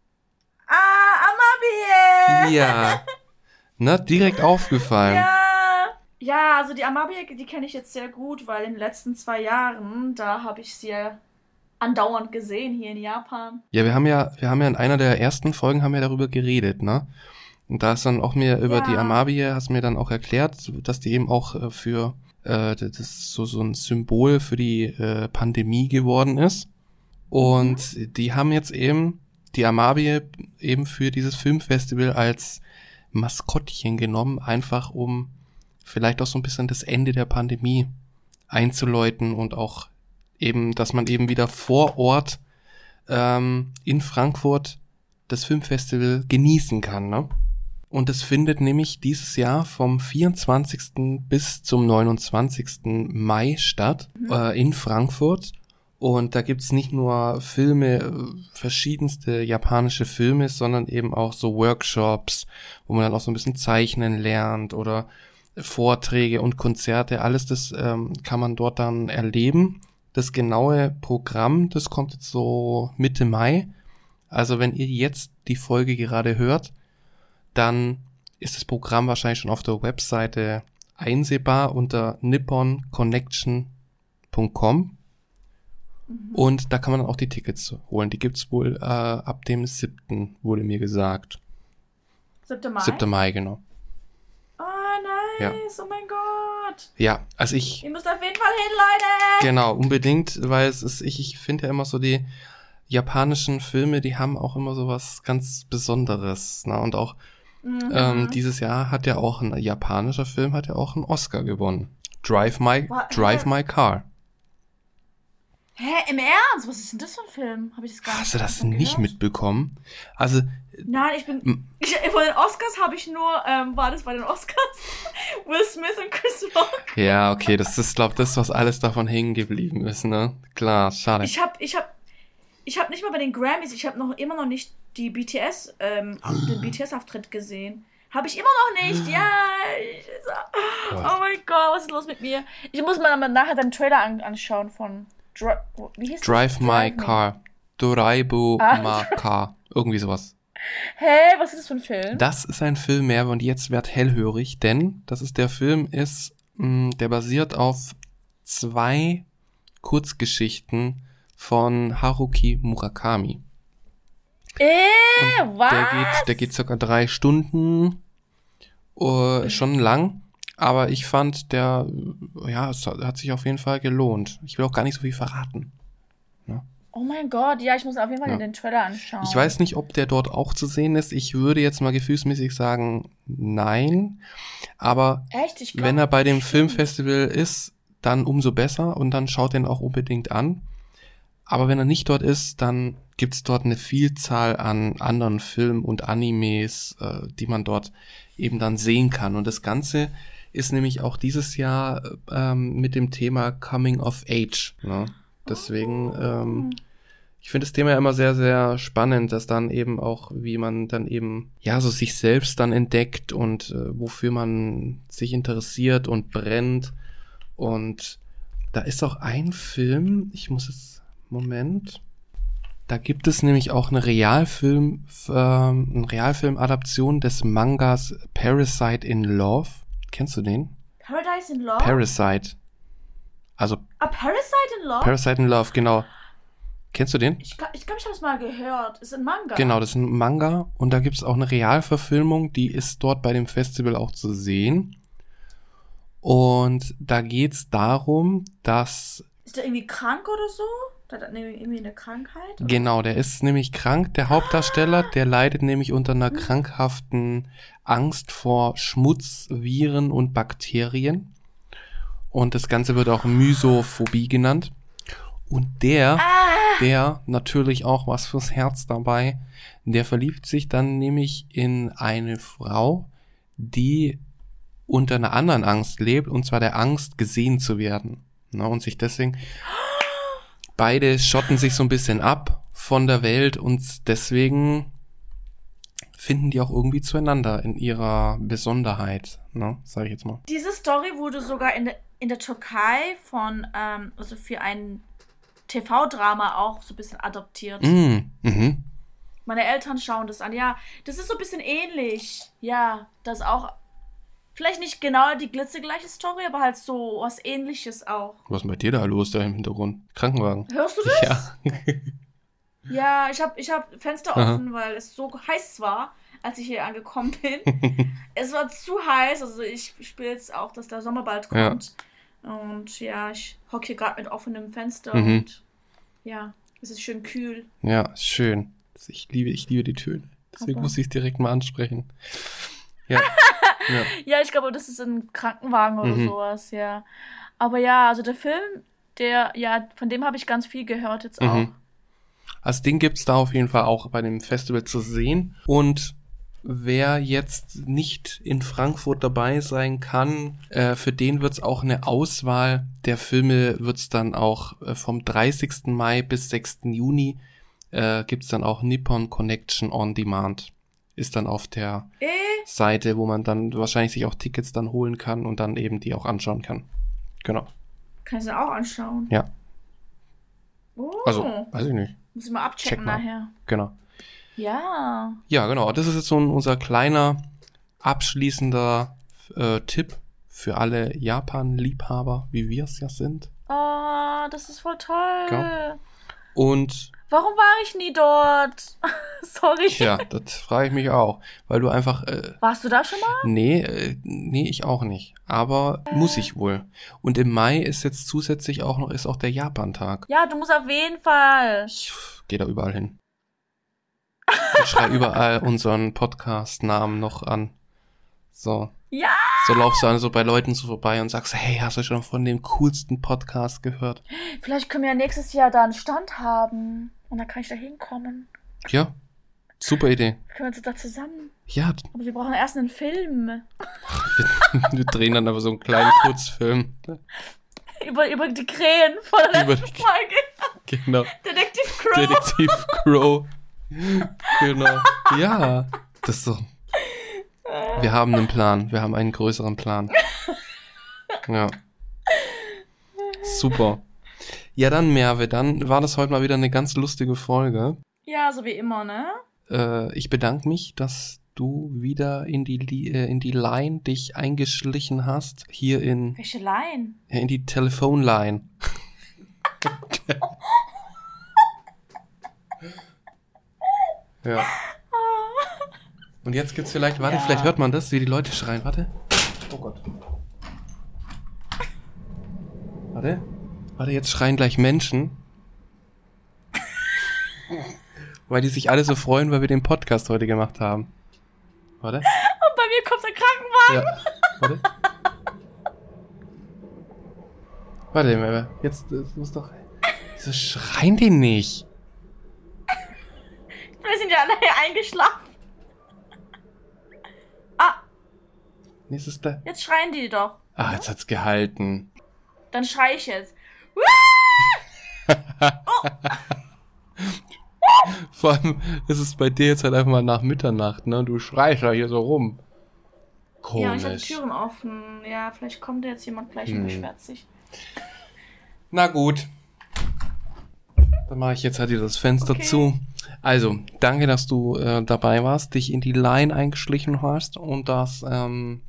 Ah, Amabie! Ja. Na, direkt aufgefallen. Ja! Ja, also die Amabie, die kenne ich jetzt sehr gut, weil in den letzten zwei Jahren, da habe ich sie ja andauernd gesehen hier in Japan. Ja, wir haben ja, wir haben ja in einer der ersten Folgen haben wir darüber geredet, ne? Und da ist dann auch mir über Ja. die Amabie, hast mir dann auch erklärt, dass die eben auch äh, für, äh, das ist so, so ein Symbol für die äh, Pandemie geworden ist. Und Mhm. die haben jetzt eben die Amabie eben für dieses Filmfestival als Maskottchen genommen, einfach um vielleicht auch so ein bisschen das Ende der Pandemie einzuläuten und auch eben, dass man eben wieder vor Ort ähm, in Frankfurt das Filmfestival genießen kann, ne? Und es findet nämlich dieses Jahr vom vierundzwanzigsten bis zum neunundzwanzigsten Mai statt, Mhm. äh, in Frankfurt. Und da gibt's nicht nur Filme, äh, verschiedenste japanische Filme, sondern eben auch so Workshops, wo man dann auch so ein bisschen zeichnen lernt oder Vorträge und Konzerte. Alles das ähm, kann man dort dann erleben. Das genaue Programm, das kommt jetzt so Mitte Mai. Also wenn ihr jetzt die Folge gerade hört, dann ist das Programm wahrscheinlich schon auf der Webseite einsehbar unter nippon connection punkt com. Mhm. Und da kann man dann auch die Tickets holen. Die gibt's wohl äh, ab dem siebten wurde mir gesagt. siebten Mai? siebten Mai, genau. Oh, nice. Oh mein Gott. Ja, also ich, Ihr müsst auf jeden Fall hin, Leute. genau, unbedingt, weil es ist, ich, ich finde ja immer so die japanischen Filme, die haben auch immer so was ganz Besonderes, ne? Und auch Mhm. ähm, dieses Jahr hat ja auch ein japanischer Film, hat ja auch einen Oscar gewonnen. Drive My, Wa- Drive hä? My Car. Hä, im Ernst? Was ist denn das für ein Film? Habe ich das gar nicht Hast du das davon nicht gehört? mitbekommen? Also, Nein, ich bin. Ich, von den Oscars habe ich nur. Ähm, war das bei den Oscars? Will Smith und Chris Rock. ja, okay, das ist, glaube ich, das, was alles davon hängen geblieben ist, ne? Klar, schade. Ich habe ich hab, ich hab nicht mal bei den Grammys, ich habe noch immer noch nicht die B T S, ähm, den B T S-Auftritt gesehen. Habe ich immer noch nicht. Ja. Ich, so, oh mein Gott, was ist los mit mir? Ich muss mir dann nachher den Trailer an, anschauen von. Dri- wie hieß Drive das? My Drive Me. Car. Doraibo Ah. Ma Car. Irgendwie sowas. Hä, was ist das für ein Film? Das ist ein Film mehr und jetzt wird hellhörig, denn das ist der Film ist, mh, der basiert auf zwei Kurzgeschichten von Haruki Murakami. Äh, Und was? Der geht, der geht circa drei Stunden, uh, schon lang, aber ich fand, der, ja, es hat, hat sich auf jeden Fall gelohnt. Ich will auch gar nicht so viel verraten. Oh mein Gott, ja, ich muss auf jeden Fall Ja. den Trailer anschauen. Ich weiß nicht, ob der dort auch zu sehen ist. Ich würde jetzt mal gefühlsmäßig sagen, nein. Aber Echt? Ich glaub, wenn er bei dem stimmt. Filmfestival ist, dann umso besser und dann schaut den auch unbedingt an. Aber wenn er nicht dort ist, dann gibt's dort eine Vielzahl an anderen Filmen und Animes, äh, die man dort eben dann sehen kann. Und das Ganze ist nämlich auch dieses Jahr ähm, mit dem Thema Coming of Age. Ne? Deswegen, ähm, ich finde das Thema immer sehr, sehr spannend, dass dann eben auch, wie man dann eben, ja, so sich selbst dann entdeckt und äh, wofür man sich interessiert und brennt. Und da ist auch ein Film, ich muss jetzt, Moment, da gibt es nämlich auch eine Realfilm, ähm, eine Realfilm-Adaption des Mangas Parasite in Love. Kennst du den? Paradise in Love? Parasite. Also A Parasite in Love? Parasite in Love, genau. Kennst du den? ich glaube, ich, glaub, ich habe es mal gehört. Ist ein Manga. Genau, das ist ein Manga und da gibt es auch eine Realverfilmung, die ist dort bei dem Festival auch zu sehen. Und da geht's darum, dass, Ist der irgendwie krank oder so? Der hat irgendwie eine Krankheit? Oder? genau, der ist nämlich krank, der Hauptdarsteller, der leidet nämlich unter einer krankhaften Angst vor Schmutz, Viren und Bakterien. Und das Ganze wird auch Mysophobie genannt. Und der, Ah, der natürlich auch was fürs Herz dabei, der verliebt sich dann nämlich in eine Frau, die unter einer anderen Angst lebt, und zwar der Angst, gesehen zu werden. Na, und sich deswegen, beide schotten sich so ein bisschen ab von der Welt und deswegen finden die auch irgendwie zueinander in ihrer Besonderheit, ne, sag ich jetzt mal. diese Story wurde sogar in der, in der Türkei von, ähm, also für ein T V-Drama auch so ein bisschen adoptiert. Mm, mhm. Meine Eltern schauen das an. Ja, das ist so ein bisschen ähnlich. Ja, das ist auch vielleicht nicht genau die glitzegleiche Story, aber halt so was Ähnliches auch. Was ist denn bei dir da los da im Hintergrund? Krankenwagen. Hörst du das? Ja. Ja, ich habe ich hab Fenster Aha. offen, weil es so heiß war, als ich hier angekommen bin. Es war zu heiß, also ich spiele jetzt auch, dass der Sommer bald Ja. kommt. Und ja, ich hocke hier gerade mit offenem Fenster Mhm. und ja, es ist schön kühl. Ja, schön. Ich liebe, ich liebe die Töne. Deswegen Aber- muss ich es direkt mal ansprechen. Ja. ja. Ja, ich glaube, das ist ein Krankenwagen oder Mhm. sowas, ja. Aber ja, also der Film, der, ja, von dem habe ich ganz viel gehört jetzt auch. Mhm. Also den gibt's da auf jeden Fall auch bei dem Festival zu sehen. Und wer jetzt nicht in Frankfurt dabei sein kann, äh, für den wird's auch eine Auswahl der Filme, wird's dann auch äh, vom dreißigsten Mai bis sechsten Juni äh, gibt's dann auch Nippon Connection on Demand. Ist dann auf der Eh, Seite, wo man dann wahrscheinlich sich auch Tickets dann holen kann und dann eben die auch anschauen kann. Genau. kannst du auch anschauen. Ja. Oh, Also, weiß ich nicht. muss ich mal abchecken check mal. nachher. Genau. Ja. Ja, genau. Das ist jetzt so ein, unser kleiner, abschließender äh, Tipp für alle Japan-Liebhaber, wie wir es ja sind. Oh, das ist voll toll. Ja. Und Warum war ich nie dort? Sorry. ja, das frage ich mich auch, weil du einfach, äh, Warst du da schon mal? nee, äh, nee, ich auch nicht. Aber muss ich wohl. Und im Mai ist jetzt zusätzlich auch noch, ist auch der Japan-Tag. Ja, du musst auf jeden Fall. Ich gehe da überall hin. Ich schreibe überall unseren Podcast-Namen noch an. So. Ja. So laufst du an so bei Leuten so vorbei und sagst, hey, hast du schon von dem coolsten Podcast gehört? Vielleicht können wir ja nächstes Jahr da einen Stand haben. Und dann kann ich da hinkommen. Ja, super Idee. Können wir uns da zusammen... Ja. Aber wir brauchen erst einen Film. Wir, wir drehen dann aber so einen kleinen Kurzfilm. Über, über die Krähen von der Über letzten die- Folge. Genau. Detektiv Crow. Detektiv Crow. Genau. Ja, das ist so. Wir haben einen Plan. Wir haben einen größeren Plan. Ja. Super. Ja, dann Merve, dann war das heute mal wieder eine ganz lustige Folge. Ja, so wie immer, ne? Äh, ich bedanke mich, dass du wieder in die, Li- äh, in die Line dich eingeschlichen hast. Hier in, Welche Line? ja, in die Telefonline. Ja. Und jetzt gibt's vielleicht, warte, Ja. vielleicht hört man das, wie die Leute schreien. Warte. Oh Gott. Warte. Warte, jetzt schreien gleich Menschen. Weil die sich alle so freuen, weil wir den Podcast heute gemacht haben. Warte. Und bei mir kommt der Krankenwagen. Ja. Warte. Warte mal, jetzt das muss doch. Wieso schreien die nicht? Wir sind ja alle hier eingeschlafen. Ah, Nee, es ist da. jetzt schreien die doch. Ah, jetzt hat's gehalten. Dann schrei ich jetzt. Vor allem ist es bei dir jetzt halt einfach mal nach Mitternacht, ne? Du schreist ja hier so rum. Ja, und ich habe Komisch. die Türen offen. Ja, vielleicht kommt jetzt jemand gleich Hm. und beschwert sich. Na gut. Dann mache ich jetzt halt hier das Fenster Okay. zu. Also, danke, dass du äh, dabei warst, dich in die Line eingeschlichen hast und das, ähm...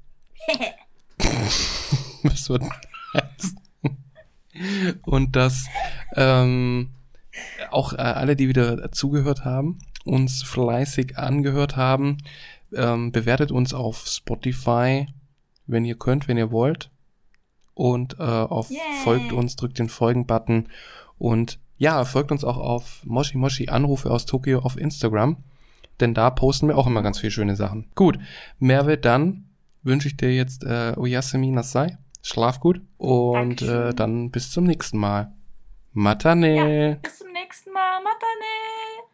was wird das? Und dass, ähm... auch äh, alle, die wieder zugehört haben, uns fleißig angehört haben, ähm, bewertet uns auf Spotify, wenn ihr könnt, wenn ihr wollt. Und äh, auf Yay. folgt uns, drückt den Folgen-Button und ja, folgt uns auch auf Moshi Moshi Anrufe aus Tokio auf Instagram, denn da posten wir auch immer ganz viele schöne Sachen. Gut, Merve, dann wünsche ich dir jetzt äh, Oyasumi Nasai, schlaf gut und Dankeschön. äh, dann bis zum nächsten Mal. Matane! Bis zum nächsten Mal. Matane.